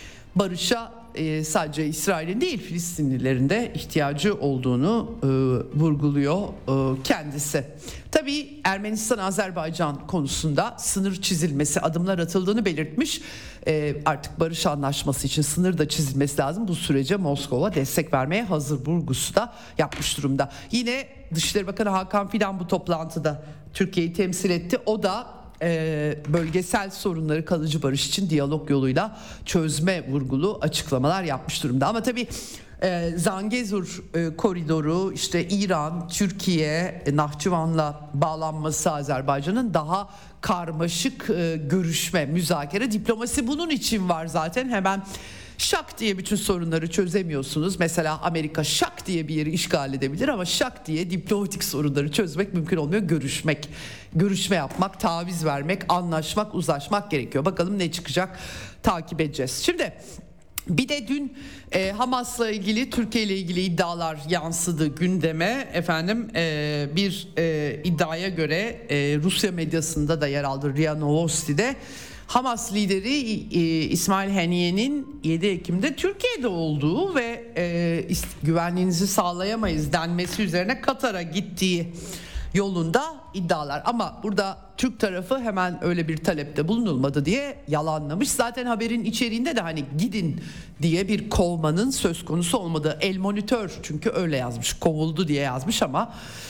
Barışa e, sadece İsrail'in değil Filistinlilerin de ihtiyacı olduğunu e, vurguluyor e, kendisi. Tabii Ermenistan-Azerbaycan konusunda sınır çizilmesi, adımlar atıldığını belirtmiş. E, artık barış anlaşması için sınır da çizilmesi lazım. Bu sürece Moskova destek vermeye hazır vurgusu da yapmış durumda. Yine Dışişleri Bakanı Hakan Fidan bu toplantıda Türkiye'yi temsil etti. O da e, bölgesel sorunları kalıcı barış için diyalog yoluyla çözme vurgulu açıklamalar yapmış durumda. Ama tabii e, Zangezur e, koridoru, işte İran, Türkiye, e, Nahçıvan'la bağlanması Azerbaycan'ın daha karmaşık e, görüşme, müzakere, diplomasi bunun için var zaten. Hemen şak diye bütün sorunları çözemiyorsunuz. Mesela Amerika şak diye bir yeri işgal edebilir ama şak diye diplomatik sorunları çözmek mümkün olmuyor. Görüşmek, görüşme yapmak, taviz vermek, anlaşmak, uzlaşmak gerekiyor. Bakalım ne çıkacak, takip edeceğiz. Şimdi bir de dün e, Hamas'la ilgili, Türkiye ile ilgili iddialar yansıdı gündeme. Efendim e, bir e, iddiaya göre e, Rusya medyasında da yer aldı, R I A Novosti'de. Hamas lideri e, İsmail Haniye'nin yedi Ekim'de Türkiye'de olduğu ve e, güvenliğinizi sağlayamayız denmesi üzerine Katar'a gittiği yolunda iddialar. Ama burada Türk tarafı hemen öyle bir talepte bulunulmadı diye yalanlamış. Zaten haberin içeriğinde de hani gidin diye bir kovmanın söz konusu olmadığı, El Monitor çünkü öyle yazmış, kovuldu diye yazmış ama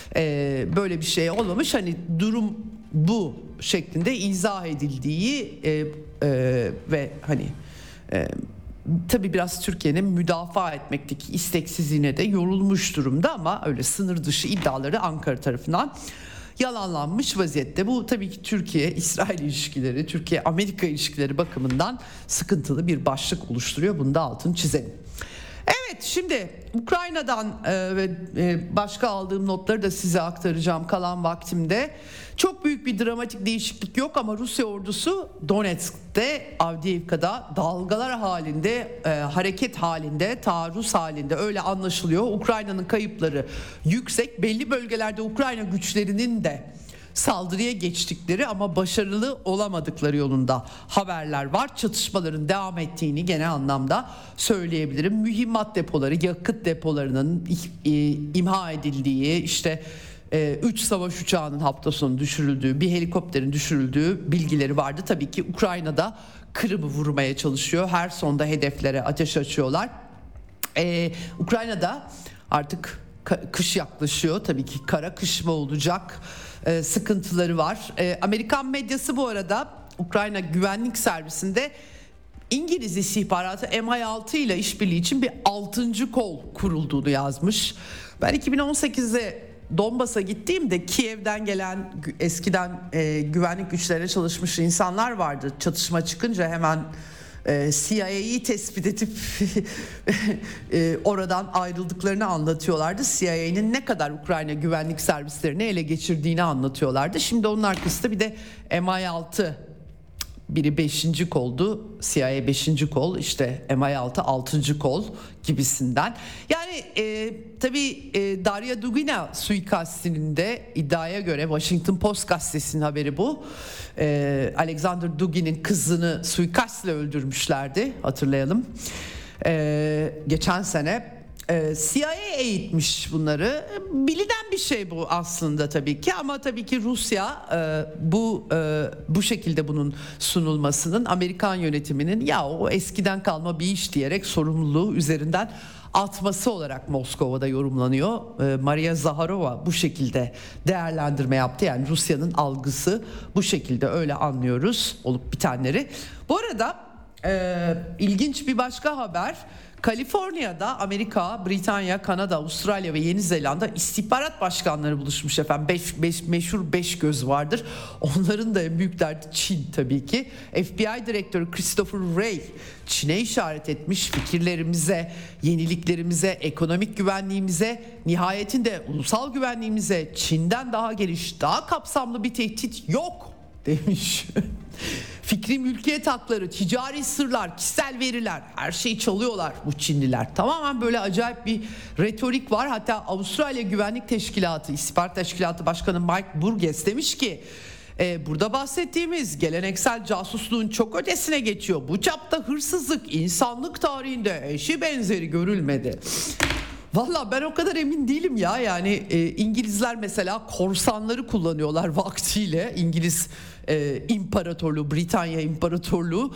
e, böyle bir şey olmamış. Hani durum bu şeklinde izah edildiği e, e, ve hani e, tabii biraz Türkiye'nin müdafaa etmekteki isteksizliğine de yorulmuş durumda ama öyle sınır dışı iddiaları Ankara tarafından yalanlanmış vaziyette. Bu tabii ki Türkiye-İsrail ilişkileri, Türkiye-Amerika ilişkileri bakımından sıkıntılı bir başlık oluşturuyor. Bunu da altını çizelim. Evet, şimdi Ukrayna'dan e, ve e, başka aldığım notları da size aktaracağım kalan vaktimde. Çok büyük bir dramatik değişiklik yok ama Rusya ordusu Donetsk'te, Avdiivka'da dalgalar halinde, e, hareket halinde, taarruz halinde, öyle anlaşılıyor. Ukrayna'nın kayıpları yüksek. Belli bölgelerde Ukrayna güçlerinin de saldırıya geçtikleri ama başarılı olamadıkları yolunda haberler var. Çatışmaların devam ettiğini genel anlamda söyleyebilirim. Mühimmat depoları, yakıt depolarının e, imha edildiği, işte üç savaş uçağının hafta sonu düşürüldüğü, bir helikopterin düşürüldüğü bilgileri vardı. Tabii ki Ukrayna'da Kırım'ı vurmaya çalışıyor. Her sonda hedeflere ateş açıyorlar. Ee, Ukrayna'da artık kış yaklaşıyor. Tabii ki kara kış mı olacak? Ee, sıkıntıları var. Ee, Amerikan medyası bu arada Ukrayna Güvenlik Servisi'nde İngiliz istihbaratı M I altı ile işbirliği için bir altıncı kol kurulduğunu yazmış. Ben iki bin on sekizde Donbas'a gittiğimde Kiev'den gelen eskiden e, güvenlik güçlerine çalışmış insanlar vardı. Çatışma çıkınca hemen e, C I A'yı tespit edip e, oradan ayrıldıklarını anlatıyorlardı. C I A'nın ne kadar Ukrayna güvenlik servislerini ele geçirdiğini anlatıyorlardı. Şimdi onun arkasında bir de M I altı, biri beşinci koldu, C I A beşinci kol, işte M I altı altıncı kol gibisinden. Yani e, tabii e, Darya Dugina suikastinin de iddiaya göre, Washington Post gazetesinin haberi bu. E, Alexander Dugin'in kızını suikastla öldürmüşlerdi, hatırlayalım. E, geçen sene. C I A eğitmiş bunları. Bilinen bir şey bu aslında tabii ki, ama tabii ki Rusya bu bu şekilde bunun sunulmasının Amerikan yönetiminin ya o eskiden kalma bir iş diyerek sorumluluğu üzerinden atması olarak Moskova'da yorumlanıyor. Maria Zaharova bu şekilde değerlendirme yaptı. Yani Rusya'nın algısı bu şekilde, öyle anlıyoruz olup bitenleri. Bu arada e, ilginç bir başka haber. Kaliforniya'da Amerika, Britanya, Kanada, Avustralya ve Yeni Zelanda istihbarat başkanları buluşmuş efendim. Beş, beş, meşhur beş göz vardır. Onların da en büyük derdi Çin tabii ki. F B I direktörü Christopher Wray Çin'e işaret etmiş. Fikirlerimize, yeniliklerimize, ekonomik güvenliğimize, nihayetinde ulusal güvenliğimize Çin'den daha geniş, daha kapsamlı bir tehdit yok demiş. Fikri mülkiyet hakları, ticari sırlar, kişisel veriler, her şeyi çalıyorlar bu Çinliler. Tamamen böyle acayip bir retorik var. Hatta Avustralya Güvenlik Teşkilatı, İstihbarat Teşkilatı Başkanı Mike Burgess demiş ki e, burada bahsettiğimiz geleneksel casusluğun çok ötesine geçiyor. Bu çapta hırsızlık insanlık tarihinde eşi benzeri görülmedi. Valla ben o kadar emin değilim ya. Yani e, İngilizler mesela korsanları kullanıyorlar vaktiyle. İngiliz e, İmparatorluğu, Britanya İmparatorluğu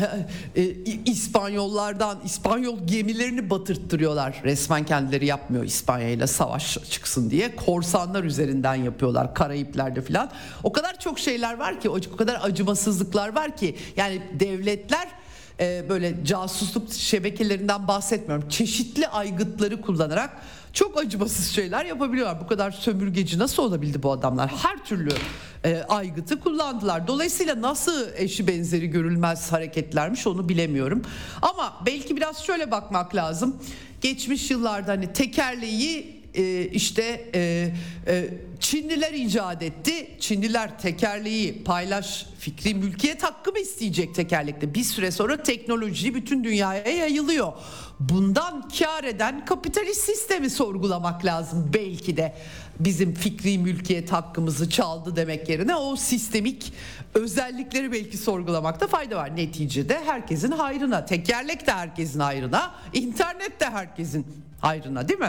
e, e, İspanyollardan, İspanyol gemilerini batırttırıyorlar. Resmen kendileri yapmıyor, İspanya ile savaş çıksın diye. Korsanlar üzerinden yapıyorlar Karayipler'de falan. O kadar çok şeyler var ki, o kadar acımasızlıklar var ki. Yani devletler Ee, böyle casusluk şebekelerinden bahsetmiyorum. Çeşitli aygıtları kullanarak çok acımasız şeyler yapabiliyorlar. Bu kadar sömürgeci nasıl olabildi bu adamlar? Her türlü e, aygıtı kullandılar. Dolayısıyla nasıl eşi benzeri görülmez hareketlermiş onu bilemiyorum. Ama belki biraz şöyle bakmak lazım. Geçmiş yıllarda hani tekerleği e, işte e, e, Çinliler icat etti. Çinliler tekerleği paylaş, fikri mülkiyet hakkı mı isteyecek tekerlekte? Bir süre sonra teknoloji bütün dünyaya yayılıyor. Bundan kâr eden kapitalist sistemi sorgulamak lazım. Belki de bizim fikri mülkiyet hakkımızı çaldı demek yerine o sistemik özellikleri belki sorgulamakta fayda var. Neticede herkesin hayrına, tekerlek de herkesin hayrına, internet de herkesin hayrına, değil mi?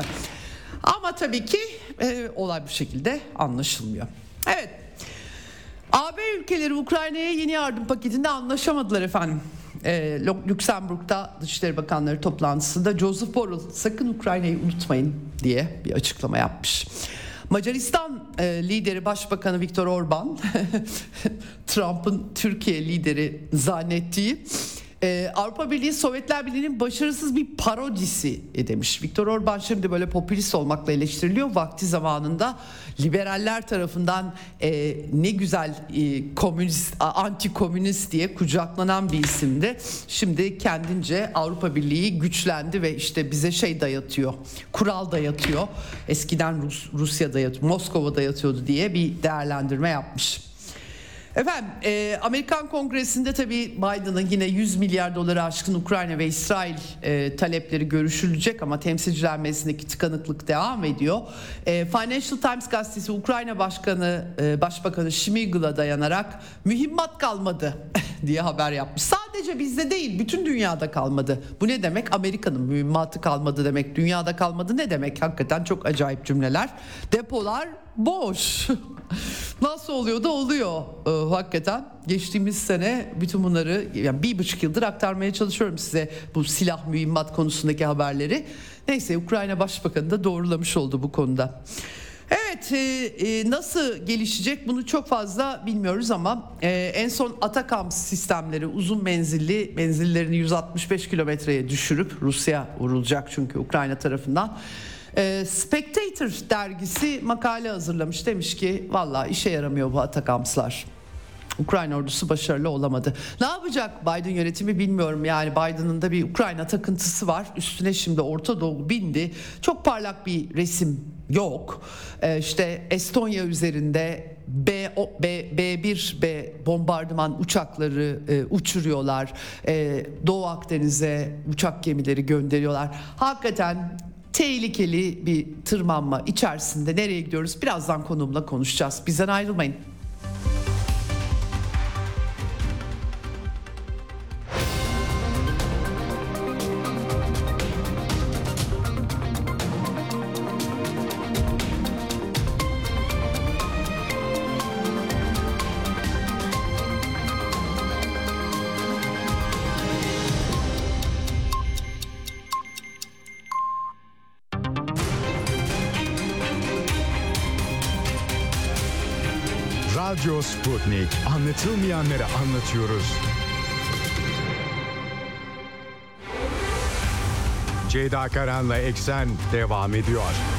Ama tabii ki e, olay bu şekilde anlaşılmıyor. Evet. A B ülkeleri Ukrayna'ya yeni yardım paketinde anlaşamadılar efendim. E, Lüksemburg'da Dışişleri Bakanları toplantısında Joseph Borrell sakın Ukrayna'yı unutmayın diye bir açıklama yapmış. Macaristan e, lideri Başbakanı Viktor Orban Trump'ın Türkiye lideri zannettiği Ee, Avrupa Birliği Sovyetler Birliği'nin başarısız bir parodisi demiş. Viktor Orban şimdi böyle popülist olmakla eleştiriliyor. Vakti zamanında liberaller tarafından e, ne güzel e, komünist, anti-komünist diye kucaklanan bir isimdi. Şimdi kendince Avrupa Birliği güçlendi ve işte bize şey dayatıyor, kural dayatıyor. Eskiden Rus, Rusya dayatıyor, Moskova dayatıyordu diye bir değerlendirme yapmış. Efendim e, Amerikan Kongresi'nde tabii Biden'ın yine yüz milyar doları aşkın Ukrayna ve İsrail e, talepleri görüşülecek ama Temsilciler Meclisi'ndeki tıkanıklık devam ediyor. E, Financial Times gazetesi Ukrayna Başkanı e, Başbakanı Şmigul'a dayanarak mühimmat kalmadı diye haber yapmış. Sadece bizde değil, bütün dünyada kalmadı. Bu ne demek? Amerika'nın mühimmatı kalmadı demek. Dünyada kalmadı ne demek? Hakikaten çok acayip cümleler. Depolar boş. Nasıl oluyor da oluyor ee, hakikaten. Geçtiğimiz sene bütün bunları yani bir buçuk yıldır aktarmaya çalışıyorum size bu silah mühimmat konusundaki haberleri. Neyse Ukrayna Başbakanı da doğrulamış oldu bu konuda. Evet e, e, nasıl gelişecek bunu çok fazla bilmiyoruz ama e, en son Atakams sistemleri uzun menzilli menzillerini yüz altmış beş kilometreye düşürüp Rusya vurulacak çünkü Ukrayna tarafından. E, Spectator dergisi makale hazırlamış, demiş ki vallahi işe yaramıyor bu Atakamslar. Ukrayna ordusu başarılı olamadı. Ne yapacak Biden yönetimi bilmiyorum. Yani Biden'ın da bir Ukrayna takıntısı var. Üstüne şimdi Orta Doğu bindi. Çok parlak bir resim yok. Ee, işte Estonya üzerinde B, B, B bir B bombardıman uçakları e, uçuruyorlar. E, Doğu Akdeniz'e uçak gemileri gönderiyorlar. Hakikaten tehlikeli bir tırmanma içerisinde. Nereye gidiyoruz? Birazdan konuğumla konuşacağız. Bizden ayrılmayın. Radyo Sputnik. Anlatılmayanları anlatıyoruz. Ceyda Karan'la Eksen devam ediyor.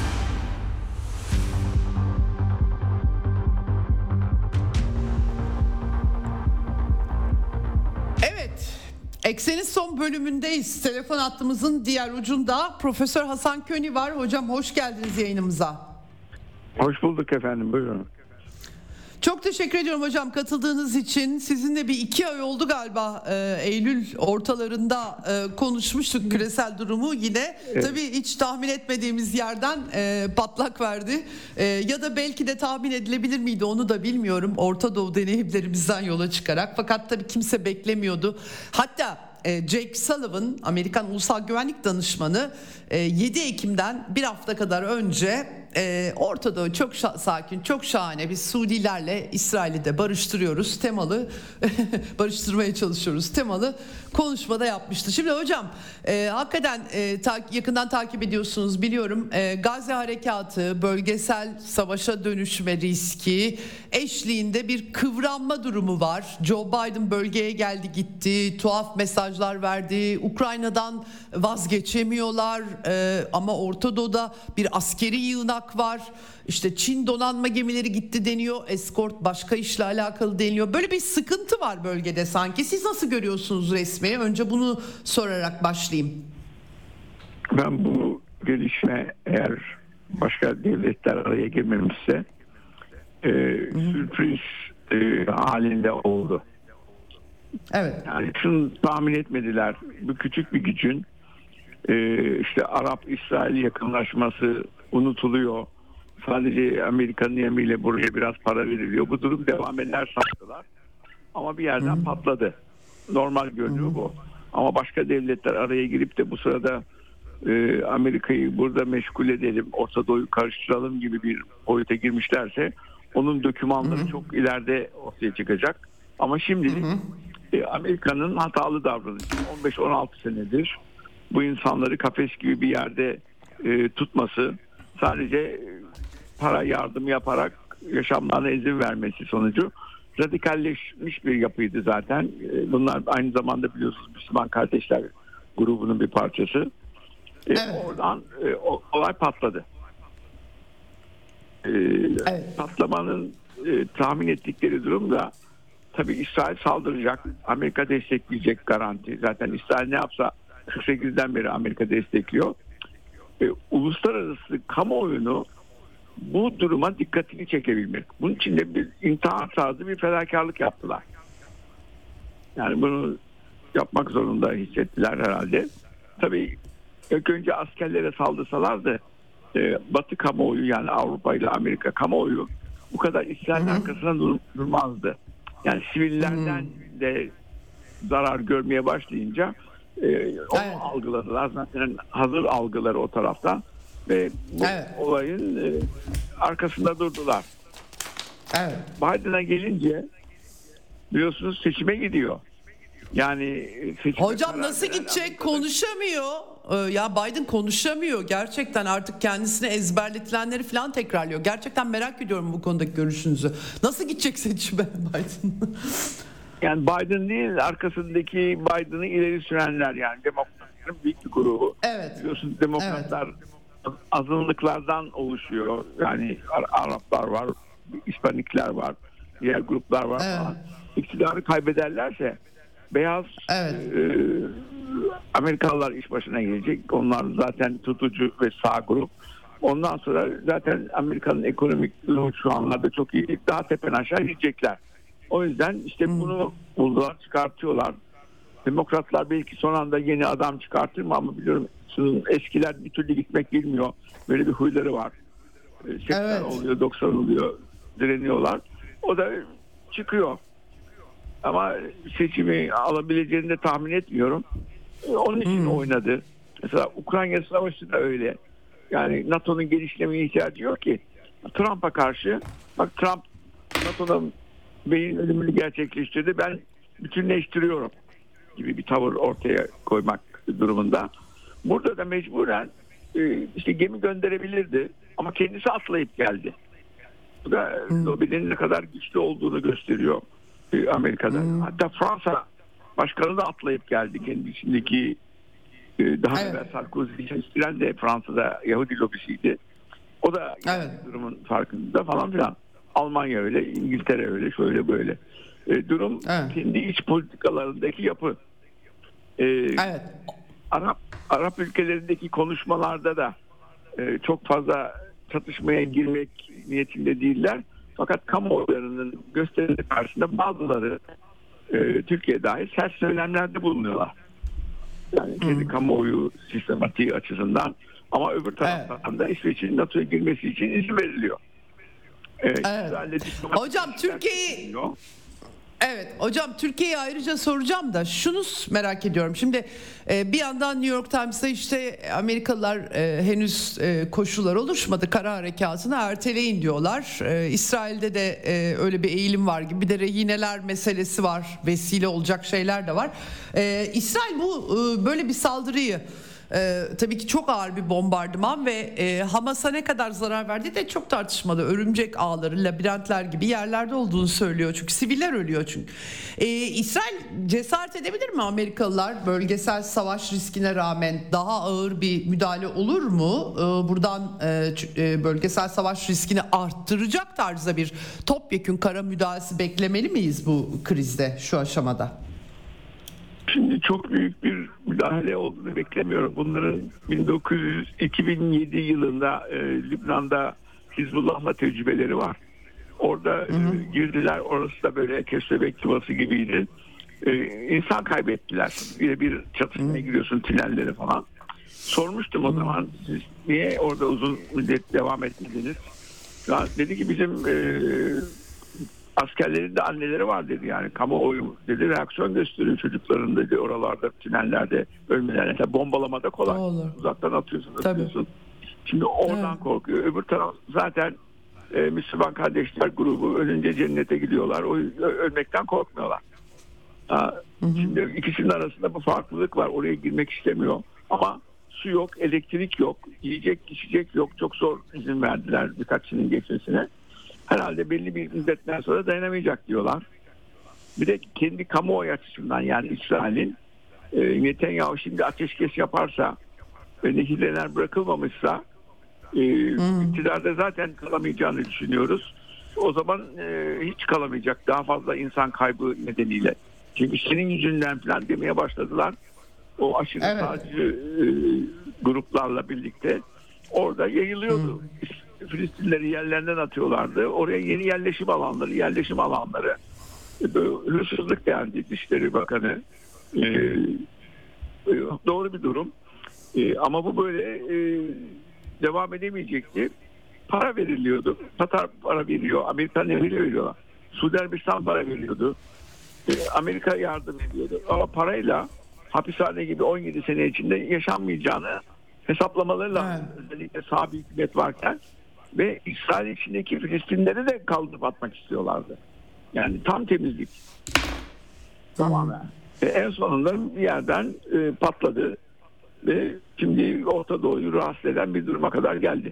Evet, Eksen'in son bölümündeyiz. Telefon hattımızın diğer ucunda Profesör Hasan Köni var. Hocam hoş geldiniz yayınımıza. Hoş bulduk efendim, buyurun. Çok teşekkür ediyorum hocam katıldığınız için. Sizinle bir iki ay oldu galiba e, Eylül ortalarında e, konuşmuştuk küresel durumu yine. Evet. Tabii hiç tahmin etmediğimiz yerden e, patlak verdi. E, ya da belki de tahmin edilebilir miydi onu da bilmiyorum. Orta Doğu deneyimlerimizden yola çıkarak. Fakat tabii kimse beklemiyordu. Hatta e, Jake Sullivan, Amerikan Ulusal Güvenlik Danışmanı e, yedi Ekim'den bir hafta kadar önce e, Orta Doğu çok şa- sakin, çok şahane, biz Suudilerle İsrail'i de barıştırıyoruz temalı barıştırmaya çalışıyoruz temalı konuşmada yapmıştı. Şimdi hocam e, hakikaten e, ta- yakından takip ediyorsunuz biliyorum. E, Gazze harekatı, bölgesel savaşa dönüşme riski eşliğinde bir kıvranma durumu var. Joe Biden bölgeye geldi gitti, tuhaf mesajlar verdi. Ukrayna'dan vazgeçemiyorlar e, ama Orta Doğu'da bir askeri yığınak var. İşte Çin donanma gemileri gitti deniyor. Eskort başka işle alakalı deniyor. Böyle bir sıkıntı var bölgede sanki. Siz nasıl görüyorsunuz resmi? Önce bunu sorarak başlayayım. Ben bu gelişme eğer başka devletler araya girmemişse e, sürpriz e, halinde oldu. Evet. Yani şunu tahmin etmediler. Bu küçük bir gücün e, işte Arap-İsrail yakınlaşması unutuluyor. Sadece Amerika'nın emriyle buraya biraz para veriliyor. Bu durum devam eder sandılar. Ama bir yerden Hı-hı. patladı. Normal görünüyor Hı-hı. bu. Ama başka devletler araya girip de bu sırada e, Amerika'yı burada meşgul edelim, Orta Doğu'yu karıştıralım gibi bir boyuta girmişlerse onun dokümanları Hı-hı. çok ileride ortaya çıkacak. Ama şimdilik e, Amerika'nın hatalı davranışı on beş on altı senedir bu insanları kafes gibi bir yerde e, tutması, sadece para yardım yaparak yaşamlarına izin vermesi sonucu radikalleşmiş bir yapıydı zaten. Bunlar aynı zamanda biliyorsunuz Müslüman Kardeşler grubunun bir parçası. Evet. Oradan o olay patladı. Evet. Patlamanın tahmin ettikleri durumda tabii İsrail saldıracak, Amerika destekleyecek garanti. Zaten İsrail ne yapsa kırk sekizden beri Amerika destekliyor. Uluslararası kamuoyunu bu duruma dikkatini çekebilmek. Bunun için de bir intihar tarzı bir fedakarlık yaptılar. Yani bunu yapmak zorunda hissettiler herhalde. Tabii ilk önce askerlere saldırsalardı e, Batı kamuoyu, yani Avrupa ile Amerika kamuoyu bu kadar İsrail'in arkasına dur, durmazdı. Yani sivillerden hı. de zarar görmeye başlayınca e, onu evet. algıladılar. Zaten hazır algıları o taraftan ve bu evet. olayın e, arkasında durdular. Evet. Biden'a gelince biliyorsunuz seçime gidiyor. Yani hocam nasıl gidecek, konuşamıyor. Ee, ya Biden konuşamıyor. Gerçekten artık kendisine ezberletilenleri falan tekrarlıyor. Gerçekten merak ediyorum bu konudaki görüşünüzü. Nasıl gidecek seçime Biden? Yani Biden değil, arkasındaki Biden'ı ileri sürenler, yani demokratların büyük bir grubu. Evet. Biliyorsunuz demokratlar evet. azınlıklardan oluşuyor. Yani Araplar var, İspanikler var, diğer gruplar var evet. falan. İktidarı kaybederlerse beyaz evet. e, Amerikalılar iş başına gelecek. Onlar zaten tutucu ve sağ grup. Ondan sonra zaten Amerika'nın ekonomik durumu şu anlarda çok iyi. Daha tepen aşağı gidecekler. O yüzden işte hmm. bunu buldular, çıkartıyorlar. Demokratlar belki son anda yeni adam çıkartır mı, ama biliyorum eskiler bir türlü gitmek bilmiyor. Böyle bir huyları var. seksen evet. oluyor, doksan oluyor, direniyorlar. O da çıkıyor. Ama seçimi alabileceğini de tahmin etmiyorum. Onun için hmm. oynadı. Mesela Ukrayna Savaşı da öyle. Yani NATO'nun genişlemeye ihtiyacı yok ki. Trump'a karşı, bak Trump NATO'nun beyin ölümünü gerçekleştirdi, ben bütünleştiriyorum gibi bir tavır ortaya koymak durumunda. Burada da mecburen işte gemi gönderebilirdi ama kendisi atlayıp geldi. Bu da hmm. lobilerin ne kadar güçlü olduğunu gösteriyor Amerika'da. Hmm. Hatta Fransa başkanı da atlayıp geldi kendisindeki daha evet. evvel Sarkozy'yi çalıştıran de Fransa'da Yahudi lobisiydi. O da evet. durumun farkında falan filan. Almanya öyle, İngiltere öyle, şöyle böyle. E, durum evet. kendi iç politikalarındaki yapı. E, evet. Arap Arap ülkelerindeki konuşmalarda da e, çok fazla çatışmaya girmek niyetinde değiller. Fakat kamuoylarının gösterileri karşısında bazıları e, Türkiye dahil sert söylemlerde bulunuyorlar. Yani kendi hmm. kamuoyu sistematiği açısından. Ama öbür taraftan evet. da İsveç'in NATO'ya girmesi için izin veriliyor. Evet. Evet. Hocam Türkiye'yi Evet hocam Türkiye'yi ayrıca soracağım da şunu merak ediyorum. Şimdi e, bir yandan New York Times'ta işte Amerikalılar e, henüz e, koşullar oluşmadı, kara harekatını erteleyin diyorlar. E, İsrail'de de e, öyle bir eğilim var gibi, bir de rehineler meselesi var, vesile olacak şeyler de var. E, İsrail bu e, böyle bir saldırıyı Ee, tabii ki çok ağır bir bombardıman ve e, Hamas'a ne kadar zarar verdiği de çok tartışmalı. Örümcek ağları, labirentler gibi yerlerde olduğunu söylüyor. Çünkü siviller ölüyor çünkü. Ee, İsrail cesaret edebilir mi, Amerikalılar bölgesel savaş riskine rağmen daha ağır bir müdahale olur mu? Ee, buradan e, bölgesel savaş riskini arttıracak tarzda bir topyekün kara müdahalesi beklemeli miyiz bu krizde, şu aşamada? Şimdi çok büyük bir müdahale olduğunu beklemiyorum. Bunların bin dokuz yüz iki bin yedi yılında e, Lübnan'da Hizbullah'la tecrübeleri var. Orada hı hı. E, girdiler. Orası da böyle köstebek yuvası gibiydi. E, insan kaybettiler. Bir, bir çatışmaya giriyorsun, tünelleri falan. Sormuştum o hı. zaman, siz niye orada uzun müddet devam etmediniz? Ya, dedi ki bizim e, askerlerin de anneleri var dedi, yani kamuoyu dedi reaksiyon gösteriyor çocukların dedi, oralarda tünellerde ölmeler. Mesela bombalamada kolay. Olur. Uzaktan atıyorsun, atıyorsun. Şimdi oradan evet. korkuyor. Öbür taraf zaten e, Müslüman Kardeşler grubu, ölünce cennete gidiyorlar. O ölmekten korkmuyorlar. Ha, hı hı. Şimdi ikisinin arasında bu farklılık var. Oraya girmek istemiyor. Ama su yok, elektrik yok, yiyecek, içecek yok. Çok zor izin verdiler birkaç yılın geçmesine. Herhalde belli bir müddetten sonra dayanamayacak diyorlar. Bir de kendi kamuoyu açısından, yani İsrail'in e, Netanyahu şimdi ateşkes yaparsa ve nehirler bırakılmamışsa e, hmm. iktidarda zaten kalamayacağını düşünüyoruz. O zaman e, hiç kalamayacak, daha fazla insan kaybı nedeniyle. Çünkü senin yüzünden falan demeye başladılar. O aşırı evet. sağcı e, gruplarla birlikte orada yayılıyordu. Hmm. Filistinleri yerlerinden atıyorlardı. Oraya yeni yerleşim alanları, yerleşim alanları. Böyle hırsızlık yani Dışişleri Bakanı. Ee, doğru bir durum. Ee, ama bu böyle e, devam edemeyecekti. Para veriliyordu. Katar para veriyor. Amerika ne veriyor? Suudi Arabistan para veriyordu. Ee, Amerika yardım ediyordu. Ama parayla hapishane gibi on yedi sene içinde yaşanmayacağını hesaplamaları lazım. Evet. Özellikle sağ bir hükümet varken ve İsrail içindeki Filistinleri de kaldırıp atmak istiyorlardı. Yani tam temizlik. Tamamen. Ve en sonunda bir yerden e, patladı ve şimdi Orta Doğu'yu rahatsız eden bir duruma kadar geldi.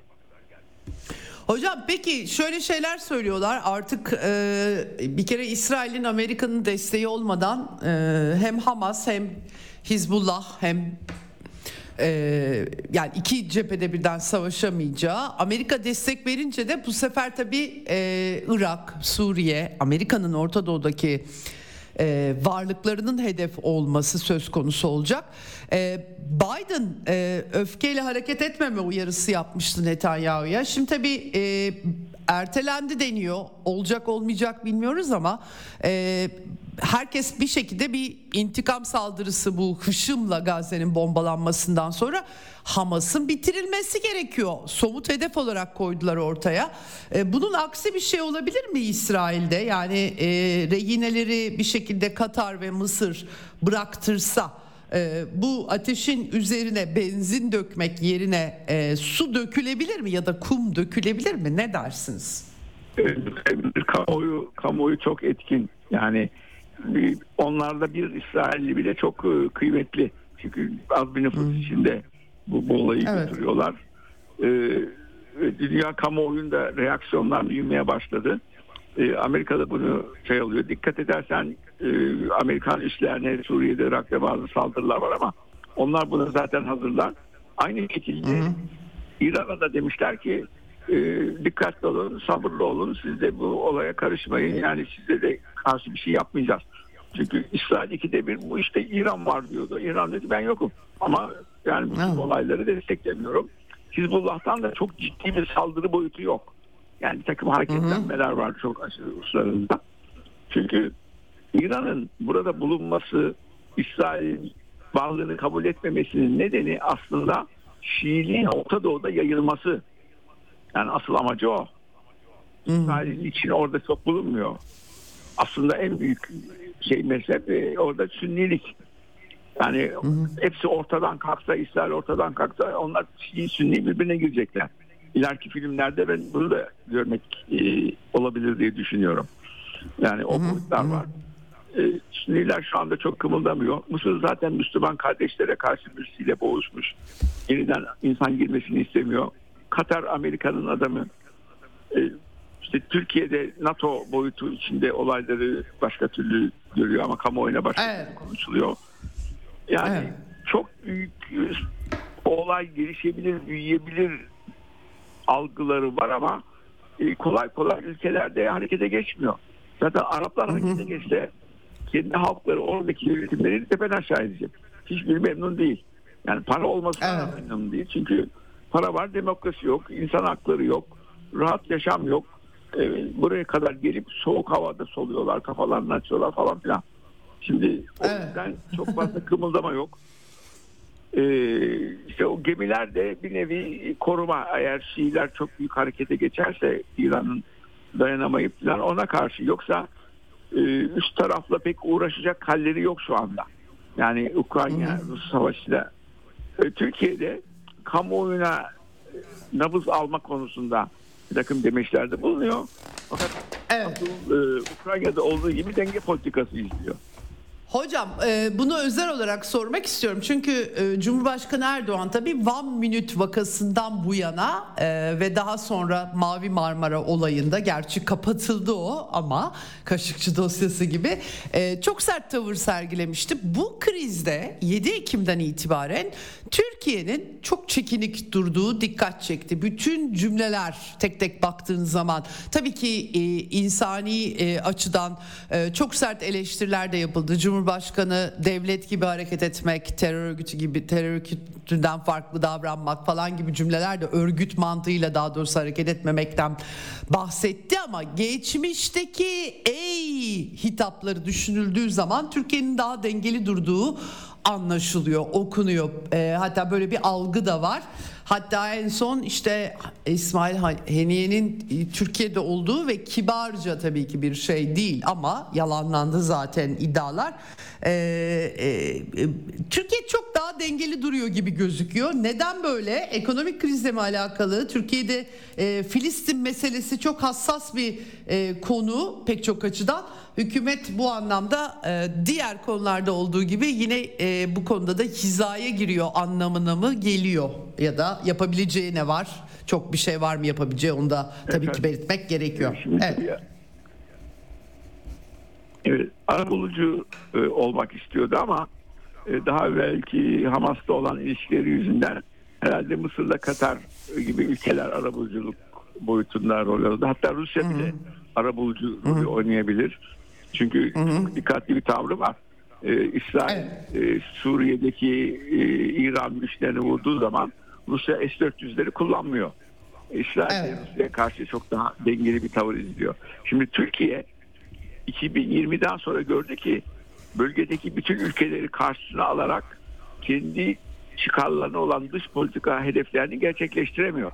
Hocam peki şöyle şeyler söylüyorlar artık e, bir kere İsrail'in Amerika'nın desteği olmadan e, hem Hamas hem Hizbullah hem e, yani iki cephede birden savaşamayacağı, Amerika destek verince de bu sefer tabii e, Irak, Suriye, Amerika'nın Orta Doğu'daki e, varlıklarının hedef olması söz konusu olacak. E, Biden e, öfkeyle hareket etmeme uyarısı yapmıştı Netanyahu'ya. Şimdi tabii e, ertelendi deniyor. Olacak olmayacak bilmiyoruz ama e, herkes bir şekilde bir intikam saldırısı, bu hışımla Gazze'nin bombalanmasından sonra Hamas'ın bitirilmesi gerekiyor. Somut hedef olarak koydular ortaya. E, bunun aksi bir şey olabilir mi İsrail'de? Yani e, rehineleri bir şekilde Katar ve Mısır bıraktırsa e, bu ateşin üzerine benzin dökmek yerine e, su dökülebilir mi ya da kum dökülebilir mi? Ne dersiniz? Kamuoyu, kamuoyu çok etkin. Yani onlarda bir İsrailli bile çok kıymetli. Çünkü az bir nüfus hmm. içinde bu, bu olayı evet. götürüyorlar. Ee, dünya kamuoyunda reaksiyonlar büyümeye başladı. Ee, Amerika'da bunu şey oluyor. Dikkat edersen e, Amerikan üslerine Suriye'de, Irak'ta bazı saldırılar var ama onlar buna zaten hazırlar. Aynı şekilde hmm. İran'a da demişler ki e, dikkatli olun, sabırlı olun. Siz de bu olaya karışmayın. Yani size de karşı bir şey yapmayacağız. Çünkü İsrail ikide bir bu işte İran var diyordu. İran dedi ben yokum. Ama yani bu hmm. olayları desteklemiyorum. Hizbullah'tan da çok ciddi bir saldırı boyutu yok. Yani bir takım hareketlenmeler hmm. var çok aşırı uluslararası. Çünkü İran'ın burada bulunması, İsrail'in varlığını kabul etmemesinin nedeni aslında Şiiliğin Orta Doğu'da yayılması. Yani asıl amacı o. Hmm. İsrail için orada çok bulunmuyor. Aslında en büyük şey mezhep orada Sünnilik. Yani hmm. hepsi ortadan kalksa, İsrail ortadan kalksa onlar Şii Sünni birbirine girecekler. İleriki filmlerde ben bunu da görmek e, olabilir diye düşünüyorum. Yani o boyutlar hmm. var. E, Sünniler şu anda çok kımıldamıyor. Mısır zaten Müslüman kardeşlere karşı Mürsi'yle boğuşmuş. Yeniden insan girmesini istemiyor. Katar Amerika'nın adamı. E, işte Türkiye'de NATO boyutu içinde olayları başka türlü görüyor ama kamuoyuna başka evet. konuşuluyor. Yani evet. çok büyük olay gelişebilir, büyüyebilir algıları var ama e, kolay kolay ülkelerde harekete geçmiyor. Zaten Araplar hı hı. harekete geçse kendi halkları oradaki yönetimleri tepeden aşağı edecek. Hiçbir memnun değil. Yani para olmasına evet. memnun değil. Çünkü para var, demokrasi yok, insan hakları yok, rahat yaşam yok. Ee, buraya kadar gelip soğuk havada soluyorlar, kafalarını açıyorlar falan filan. Şimdi o evet. yüzden çok fazla kımıldama yok. Ee, işte o gemiler de bir nevi koruma. Eğer Şiiler çok büyük harekete geçerse İran'ın dayanamayıp falan ona karşı. Yoksa e, üst tarafla pek uğraşacak halleri yok şu anda. Yani Ukrayna-Rus savaşıyla. E, Türkiye'de kamuoyuna nabız alma konusunda bir takım demeçlerde bulunuyor. Fakat evet. asıl, e, Ukrayna'da olduğu gibi denge politikası izliyor. Hocam e, bunu özel olarak sormak istiyorum. Çünkü e, Cumhurbaşkanı Erdoğan tabii One Minute vakasından bu yana e, ve daha sonra Mavi Marmara olayında, gerçi kapatıldı o ama Kaşıkçı dosyası gibi e, çok sert tavır sergilemişti. Bu krizde yedi Ekim'den itibaren Türkiye'nin çok çekinik durduğu dikkat çekti. Bütün cümleler tek tek baktığın zaman tabii ki e, insani e, açıdan e, çok sert eleştiriler de yapıldı. Cumhurbaşkanı Cumhurbaşkanı devlet gibi hareket etmek, terör örgütü gibi, terör örgütünden farklı davranmak falan gibi cümleler de örgüt mantığıyla daha doğrusu hareket etmemekten bahsetti ama geçmişteki ey hitapları düşünüldüğü zaman Türkiye'nin daha dengeli durduğu anlaşılıyor, okunuyor. E, hatta böyle bir algı da var. Hatta en son işte İsmail Haniye'nin Türkiye'de olduğu ve kibarca tabii ki bir şey değil ama yalanlandı zaten iddialar. Ee, e, Türkiye çok daha dengeli duruyor gibi gözüküyor. Neden böyle? Ekonomik krizle mi alakalı? Türkiye'de e, Filistin meselesi çok hassas bir e, konu pek çok açıdan. Hükümet bu anlamda e, diğer konularda olduğu gibi yine e, bu konuda da hizaya giriyor anlamına mı geliyor ya da yapabileceği ne var? Çok bir şey var mı yapabileceği, onu da tabii ki belirtmek gerekiyor. Şimdi evet. Ya, evet, arabulucu e, olmak istiyordu ama e, daha evvelki Hamas'ta olan ilişkileri yüzünden herhalde Mısır'la Katar gibi ülkeler arabuluculuk boyutunda rol aldı. Hatta Rusya Hı-hı. bile arabulucu rolü oynayabilir. Çünkü Hı-hı. dikkatli bir tavrı var. Ee, İsrail evet. e, Suriye'deki e, İran güçlerini vurduğu zaman Rusya S dört yüzleri kullanmıyor. İsrail evet. Rusya'ya karşı çok daha dengeli bir tavır izliyor. Şimdi Türkiye iki bin yirmiden sonra gördü ki bölgedeki bütün ülkeleri karşısına alarak kendi çıkarlarına olan dış politika hedeflerini gerçekleştiremiyor.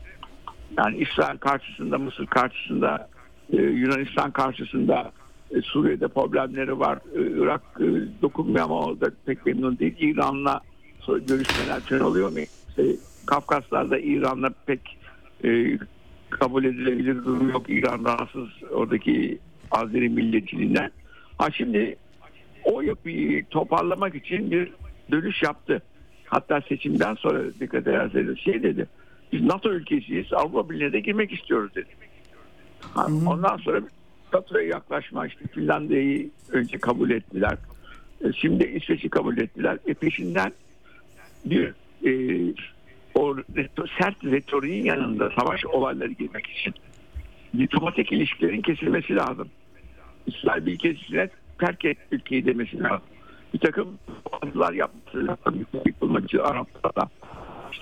Yani İsrail karşısında, Mısır karşısında, e, Yunanistan karşısında, e, Suriye'de problemleri var. E, Irak e, dokunmuyor ama o da pek memnun değil. İran'la görüşmeler çön oluyor mu? İşte, Kafkaslar'da İran'la pek e, kabul edilebilir durum yok. İran rahatsız oradaki Azeri milliyetçiliğinden. Ha şimdi o yapıyı toparlamak için bir dönüş yaptı. Hatta seçimden sonra dikkat ederseniz şey dedi. Biz NATO ülkesiyiz, Avrupa Birliği'ne de girmek istiyoruz dedi. Ha, ondan sonra NATO'ya yaklaşma, işte Finlandiya'yı önce kabul ettiler. Şimdi İsveç'i kabul ettiler. E peşinden bir e, o reto, sert retoriğin yanında savaş olayları girmek için diplomatik ilişkilerin kesilmesi lazım. İsrail bir ülkesine terk et ülkeyi demesi lazım. Bir takım toplantılar yapması lazım. Diplomatçı Araplarla işte,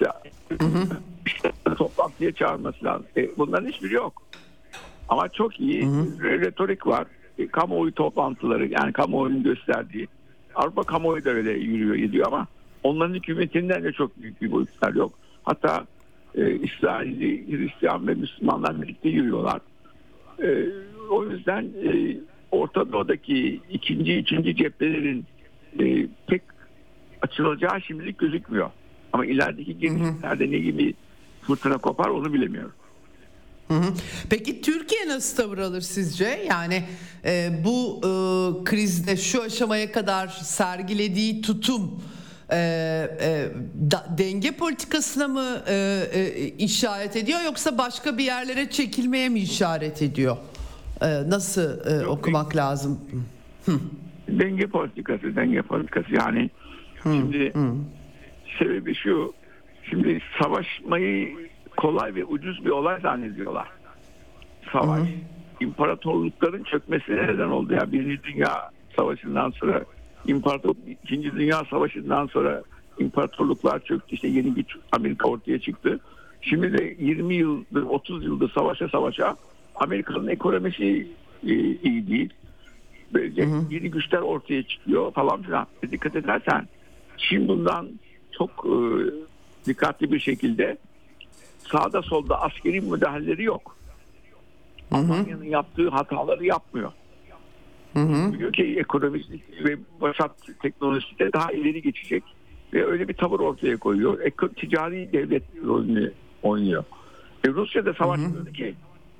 işte toplantıya çağırması lazım. E, bunların hiçbiri yok. Ama çok iyi hı hı. retorik var. E, kamuoyu toplantıları, yani kamuoyunun gösterdiği. Avrupa kamuoyu da öyle yürüyor gidiyor ama onların hükümetinden de çok büyük bir boyutlar yok. Hatta e, İsrailli, Hristiyan ve Müslümanlar birlikte yürüyorlar. E, o yüzden e, Orta Doğu'daki ikinci, üçüncü cephelerin e, pek açılacağı şimdilik gözükmüyor. Ama ilerideki gelişmelerde ne gibi fırtına kopar onu bilemiyorum. Hı hı. Peki Türkiye nasıl tavır alır sizce? Yani e, bu e, krizde şu aşamaya kadar sergilediği tutum e, e, da, denge politikasına mı e, e, işaret ediyor yoksa başka bir yerlere çekilmeye mi işaret ediyor? E, nasıl e, Yok, okumak denge, lazım? Hı. Denge politikası, denge politikası yani hı, şimdi hı. sebebi şu, şimdi savaşmayı kolay ve ucuz bir olay zannediyorlar. Savaş, hı hı. imparatorlukların çökmesine neden oldu. Ya Birinci Dünya Savaşı'ndan sonra imparatorluk, İkinci Dünya Savaşı'ndan sonra imparatorluklar çöktü. İşte yeni bir Amerika ortaya çıktı. Şimdi de yirmi yıldır, otuz yıldır savaşa savaşa Amerika'nın ekonomisi e, iyi değil. Böylece hı hı. yeni güçler ortaya çıkıyor falan filan. Dikkat edersen Çin bundan çok e, dikkatli bir şekilde sağda solda askeri müdahaleleri yok. Almanya'nın yaptığı hataları yapmıyor. Hı hı. Biliyor ki ekonomisi ve başat teknolojisi de daha ileri geçecek ve öyle bir tavır ortaya koyuyor. Eko, ticari devlet rolünü oynuyor. E, Rusya da savaş dedi ki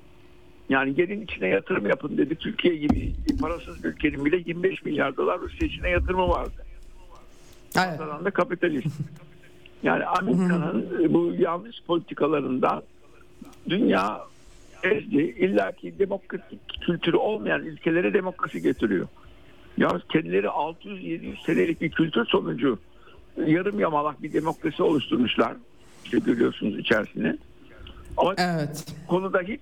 yani gelin içine yatırım yapın dedi. Türkiye gibi parasız bir ülkenin bile yirmi beş milyar dolar Rusya içine yatırımı vardı. Evet. Da kapitalist. Yani Amerika'nın bu yanlış politikalarından dünya ezdi. İlla ki demokratik kültürü olmayan ülkelere demokrasi getiriyor. Ya kendileri altı yüz yedi yüz senelik bir kültür sonucu yarım yamalak bir demokrasi oluşturmuşlar. İşte görüyorsunuz içerisine. Ama evet. konuda hiç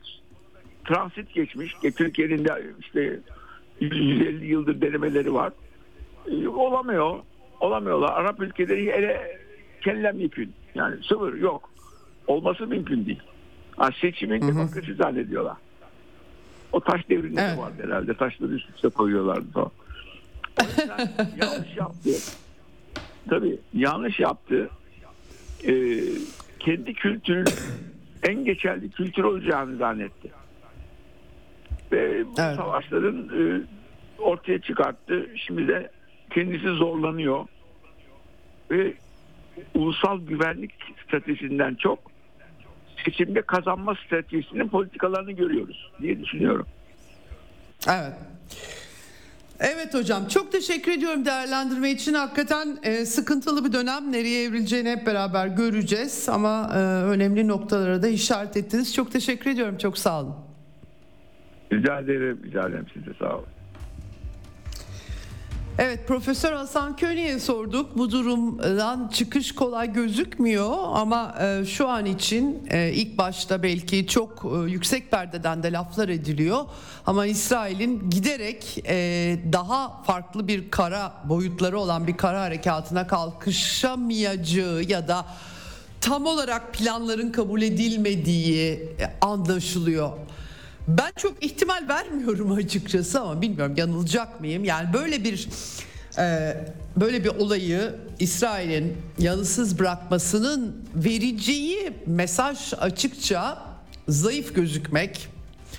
transit geçmiş. Türkiye'nin de işte yüz elli yıldır denemeleri var. e, olamıyor. Olamıyorlar. Arap ülkeleri ele kellem yekün. Yani sıfır yok. Olması mümkün değil. Ha, seçimin demokrasi zannediyorlar. O taş devrinde evet. de vardı herhalde. Taşları üst üste koyuyorlardı falan. O yüzden yanlış yaptı. Tabii yanlış yaptı. Ee, kendi kültürünün en geçerli kültür olacağını zannetti. Ve bu evet. savaşların e, ortaya çıkarttı. Şimdi de kendisi zorlanıyor. Ve ulusal güvenlik stratejisinden çok seçimde kazanma stratejisinin politikalarını görüyoruz diye düşünüyorum. Evet. Evet hocam, çok teşekkür ediyorum değerlendirme için. Hakikaten e, sıkıntılı bir dönem, nereye evrileceğini hep beraber göreceğiz ama e, önemli noktalara da işaret ettiniz. Çok teşekkür ediyorum, çok sağ olun. Rica ederim, rica ederim size, sağ olun. Evet, Profesör Hasan Köni'ye sorduk. Bu durumdan çıkış kolay gözükmüyor ama e, şu an için e, ilk başta belki çok e, yüksek perdeden de laflar ediliyor. Ama İsrail'in giderek e, daha farklı bir kara boyutları olan bir kara harekatına kalkışamayacağı ya da tam olarak planların kabul edilmediği e, anlaşılıyor. Ben çok ihtimal vermiyorum açıkçası ama bilmiyorum yanılacak mıyım? Yani böyle bir e, böyle bir olayı İsrail'in yanısız bırakmasının vereceği mesaj açıkça zayıf gözükmek,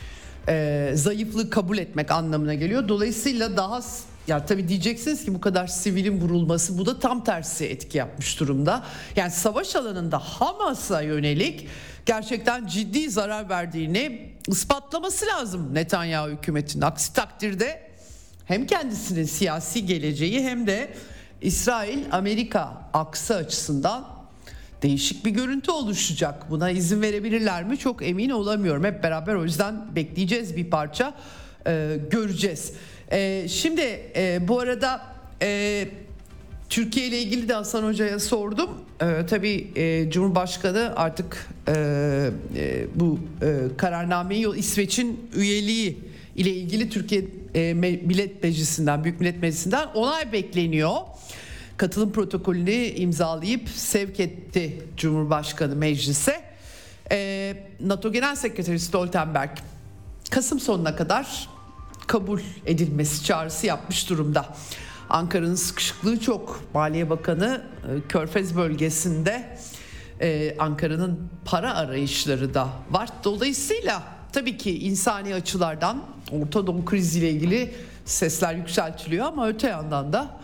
e, zayıflığı kabul etmek anlamına geliyor. Dolayısıyla daha ya tabii diyeceksiniz ki bu kadar sivilin vurulması, bu da tam tersi etki yapmış durumda. Yani savaş alanında Hamas'a yönelik gerçekten ciddi zarar verdiğini ispatlaması lazım Netanyahu hükümetinin. Aksi takdirde hem kendisinin siyasi geleceği hem de İsrail-Amerika aksı açısından değişik bir görüntü oluşacak. Buna izin verebilirler mi? Çok emin olamıyorum. Hep beraber o yüzden bekleyeceğiz, bir parça e, göreceğiz. E, şimdi e, bu arada e, Türkiye ile ilgili de Hasan Hoca'ya sordum. Ee, tabii e, Cumhurbaşkanı artık e, e, bu e, kararnameyi, İsveç'in üyeliği ile ilgili Türkiye e, Millet Meclisi'nden, Büyük Millet Meclisi'nden onay bekleniyor. Katılım protokolünü imzalayıp sevk etti Cumhurbaşkanı meclise. E, NATO Genel Sekreteri Stoltenberg Kasım sonuna kadar kabul edilmesi çağrısı yapmış durumda. Ankara'nın sıkışıklığı çok. Maliye Bakanı Körfez bölgesinde, e, Ankara'nın para arayışları da var. Dolayısıyla tabii ki insani açılardan Orta Doğu kriziyle ilgili sesler yükseltiliyor ama öte yandan da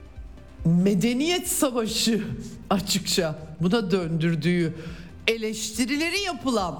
medeniyet savaşı açıkça buna döndürdüğü eleştirileri yapılan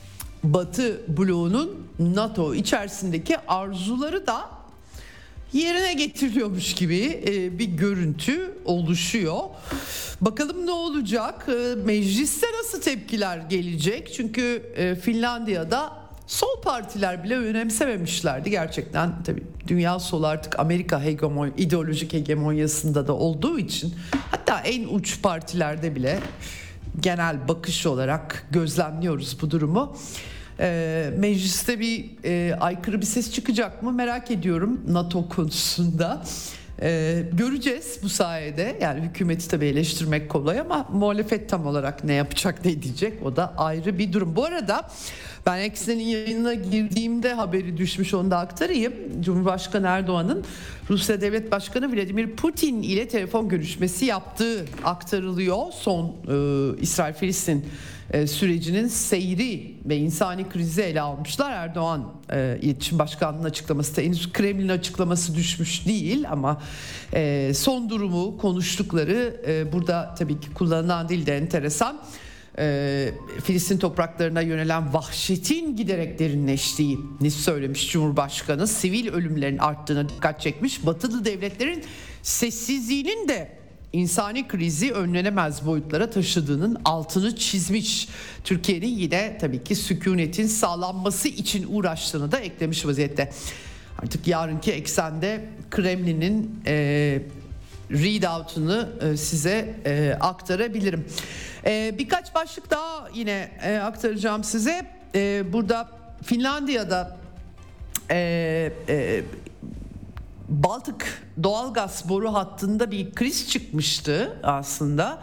Batı bloğunun NATO içerisindeki arzuları da yerine getiriliyormuş gibi bir görüntü oluşuyor. Bakalım ne olacak? Mecliste nasıl tepkiler gelecek? Çünkü Finlandiya'da sol partiler bile önemsememişlerdi. Gerçekten tabii dünya solu artık Amerika hegemon, ideolojik hegemonyasında da olduğu için, hatta en uç partilerde bile genel bakış olarak gözlemliyoruz bu durumu. E, mecliste bir e, aykırı bir ses çıkacak mı merak ediyorum NATO konusunda. E, göreceğiz bu sayede. Yani hükümeti tabii eleştirmek kolay ama muhalefet tam olarak ne yapacak, ne diyecek, o da ayrı bir durum. Bu arada ben Eksen'in yayınına girdiğimde haberi düşmüş, onu da aktarayım. Cumhurbaşkanı Erdoğan'ın Rusya Devlet Başkanı Vladimir Putin ile telefon görüşmesi yaptığı aktarılıyor. Son e, İsrail-Filistin e, sürecinin seyri ve insani krizi ele almışlar. Erdoğan e, İletişim Başkanlığı'nın açıklaması da henüz Kremlin açıklaması düşmüş değil ama e, son durumu konuştukları, e, burada tabii ki kullanılan dil de enteresan. Ee, Filistin topraklarına yönelen vahşetin giderek derinleştiğini söylemiş Cumhurbaşkanı. Sivil ölümlerin arttığına dikkat çekmiş. Batılı devletlerin sessizliğinin de insani krizi önlenemez boyutlara taşıdığının altını çizmiş. Türkiye'nin yine tabii ki sükunetin sağlanması için uğraştığını da eklemiş vaziyette. Artık yarınki eksende Kremlin'in e, readout'unu e, size e, aktarabilirim. E, birkaç başlık daha yine e, aktaracağım size. E, burada Finlandiya'da e, e, Baltık doğalgaz boru hattında bir kriz çıkmıştı aslında.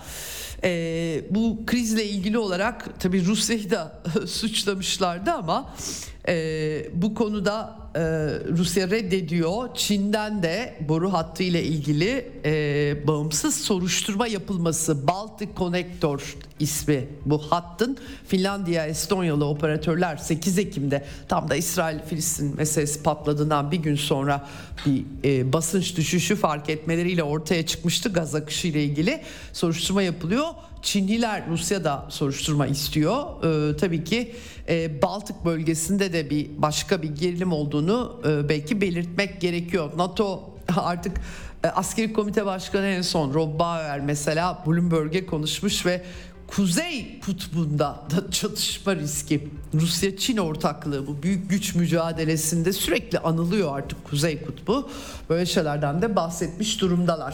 Ee, bu krizle ilgili olarak tabii Rusya'yı da suçlamışlardı ama e, bu konuda e, Rusya reddediyor. Çin'den de boru hattı ile ilgili e, bağımsız soruşturma yapılması, Baltic Connector ismi bu hattın, Finlandiya, Estonyalı operatörler sekiz Ekim'de tam da İsrail-Filistin meselesi patladığından bir gün sonra bir e, basınç düşüşü fark etmeleriyle ortaya çıkmıştı. Gaz akışı ile ilgili soruşturma yapılıyor. Çinliler Rusya'da soruşturma istiyor. Ee, tabii ki e, Baltık bölgesinde de bir başka bir gerilim olduğunu e, belki belirtmek gerekiyor. NATO artık e, askeri komite başkanı en son Rob Bauer mesela Bloomberg'e konuşmuş ve Kuzey Kutbu'nda da çatışma riski, Rusya-Çin ortaklığı bu büyük güç mücadelesinde sürekli anılıyor artık Kuzey Kutbu. Böyle şeylerden de bahsetmiş durumdalar.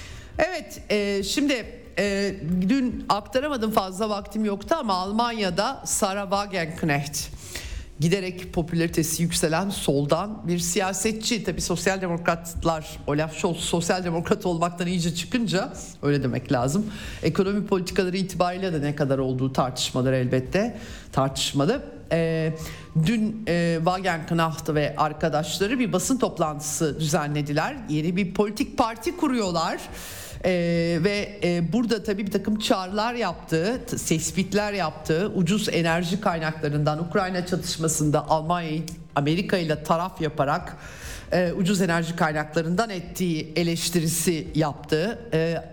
Evet, e, şimdi e, dün aktaramadım, fazla vaktim yoktu ama Almanya'da Sarah Wagenknecht, giderek popülaritesi yükselen soldan bir siyasetçi. Tabii sosyal demokratlar, Olaf Scholz sosyal demokrat olmaktan iyice çıkınca öyle demek lazım. Ekonomi politikaları itibariyle de ne kadar olduğu tartışmaları elbette tartışmalı. E, dün e, Wagenknecht ve arkadaşları bir basın toplantısı düzenlediler. Yeni bir politik parti kuruyorlar. Ee, ve e, burada tabii bir takım çağrılar yaptığı, tespitler yaptığı, ucuz enerji kaynaklarından Ukrayna çatışmasında Almanya'yı Amerika ile taraf yaparak e, ucuz enerji kaynaklarından ettiği eleştirisi yaptı. E,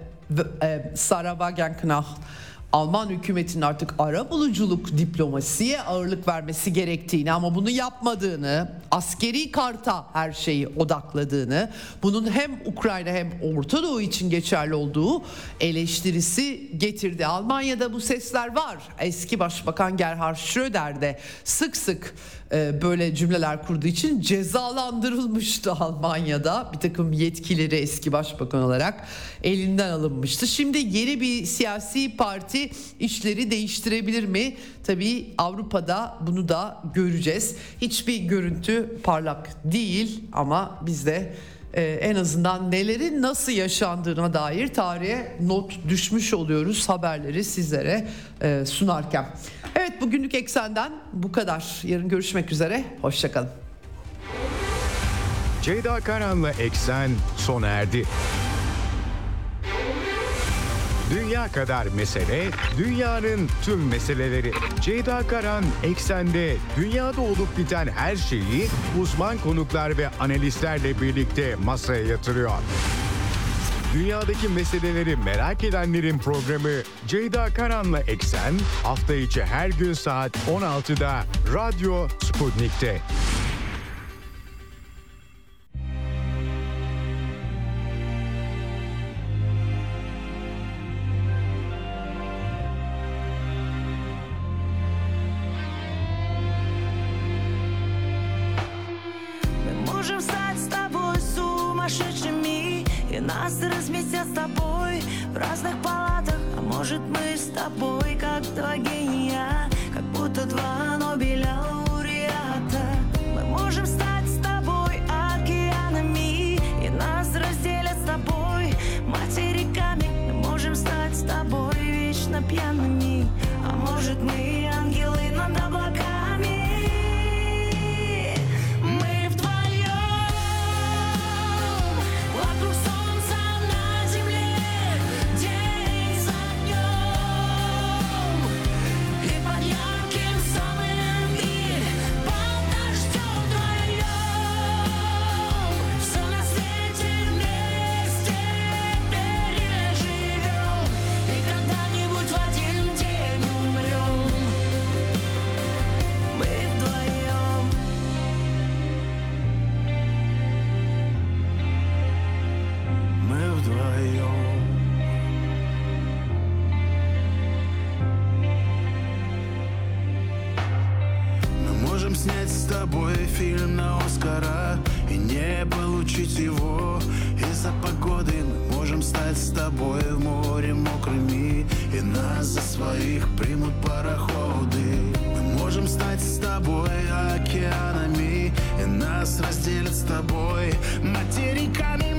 e, Sarah Wagenknecht Alman hükümetinin artık arabuluculuk diplomasiye ağırlık vermesi gerektiğini ama bunu yapmadığını, askeri karta her şeyi odakladığını, bunun hem Ukrayna hem Orta Doğu için geçerli olduğu eleştirisi getirdi. Almanya'da bu sesler var. Eski Başbakan Gerhard Schröder de sık sık e, böyle cümleler kurduğu için cezalandırılmıştı Almanya'da. Bir takım yetkileri eski başbakan olarak elinden alınmıştı. Şimdi yeni bir siyasi parti işleri değiştirebilir mi? Tabii Avrupa'da bunu da göreceğiz. Hiçbir görüntü parlak değil ama biz de e, en azından nelerin nasıl yaşandığına dair tarihe not düşmüş oluyoruz haberleri sizlere e, sunarken. Evet, bugünlük Eksen'den bu kadar. Yarın görüşmek üzere. Hoşçakalın. Ceyda Karan'la Eksen sona erdi. Dünya kadar mesele, dünyanın tüm meseleleri. Ceyda Karan Eksen'de dünyada olup biten her şeyi uzman konuklar ve analistlerle birlikte masaya yatırıyor. Dünyadaki meseleleri merak edenlerin programı Ceyda Karan'la Eksen hafta içi her gün saat on altıda Radyo Sputnik'te. Нас разместят с тобой в разных палатах. А может, мы с тобой как два гения, как будто два Нобеля лауреата. Мы можем стать с тобой океанами, и нас разделят с тобой материками. Мы можем стать с тобой вечно пьяными. А может, мы ангелы над облаками. Фильм на Оскара и не получить его из-за погоды. Мы можем стать с тобой в море мокрыми, и нас за своих примут пароходы. Мы можем стать с тобой океанами, и нас нас разделят с тобой материками.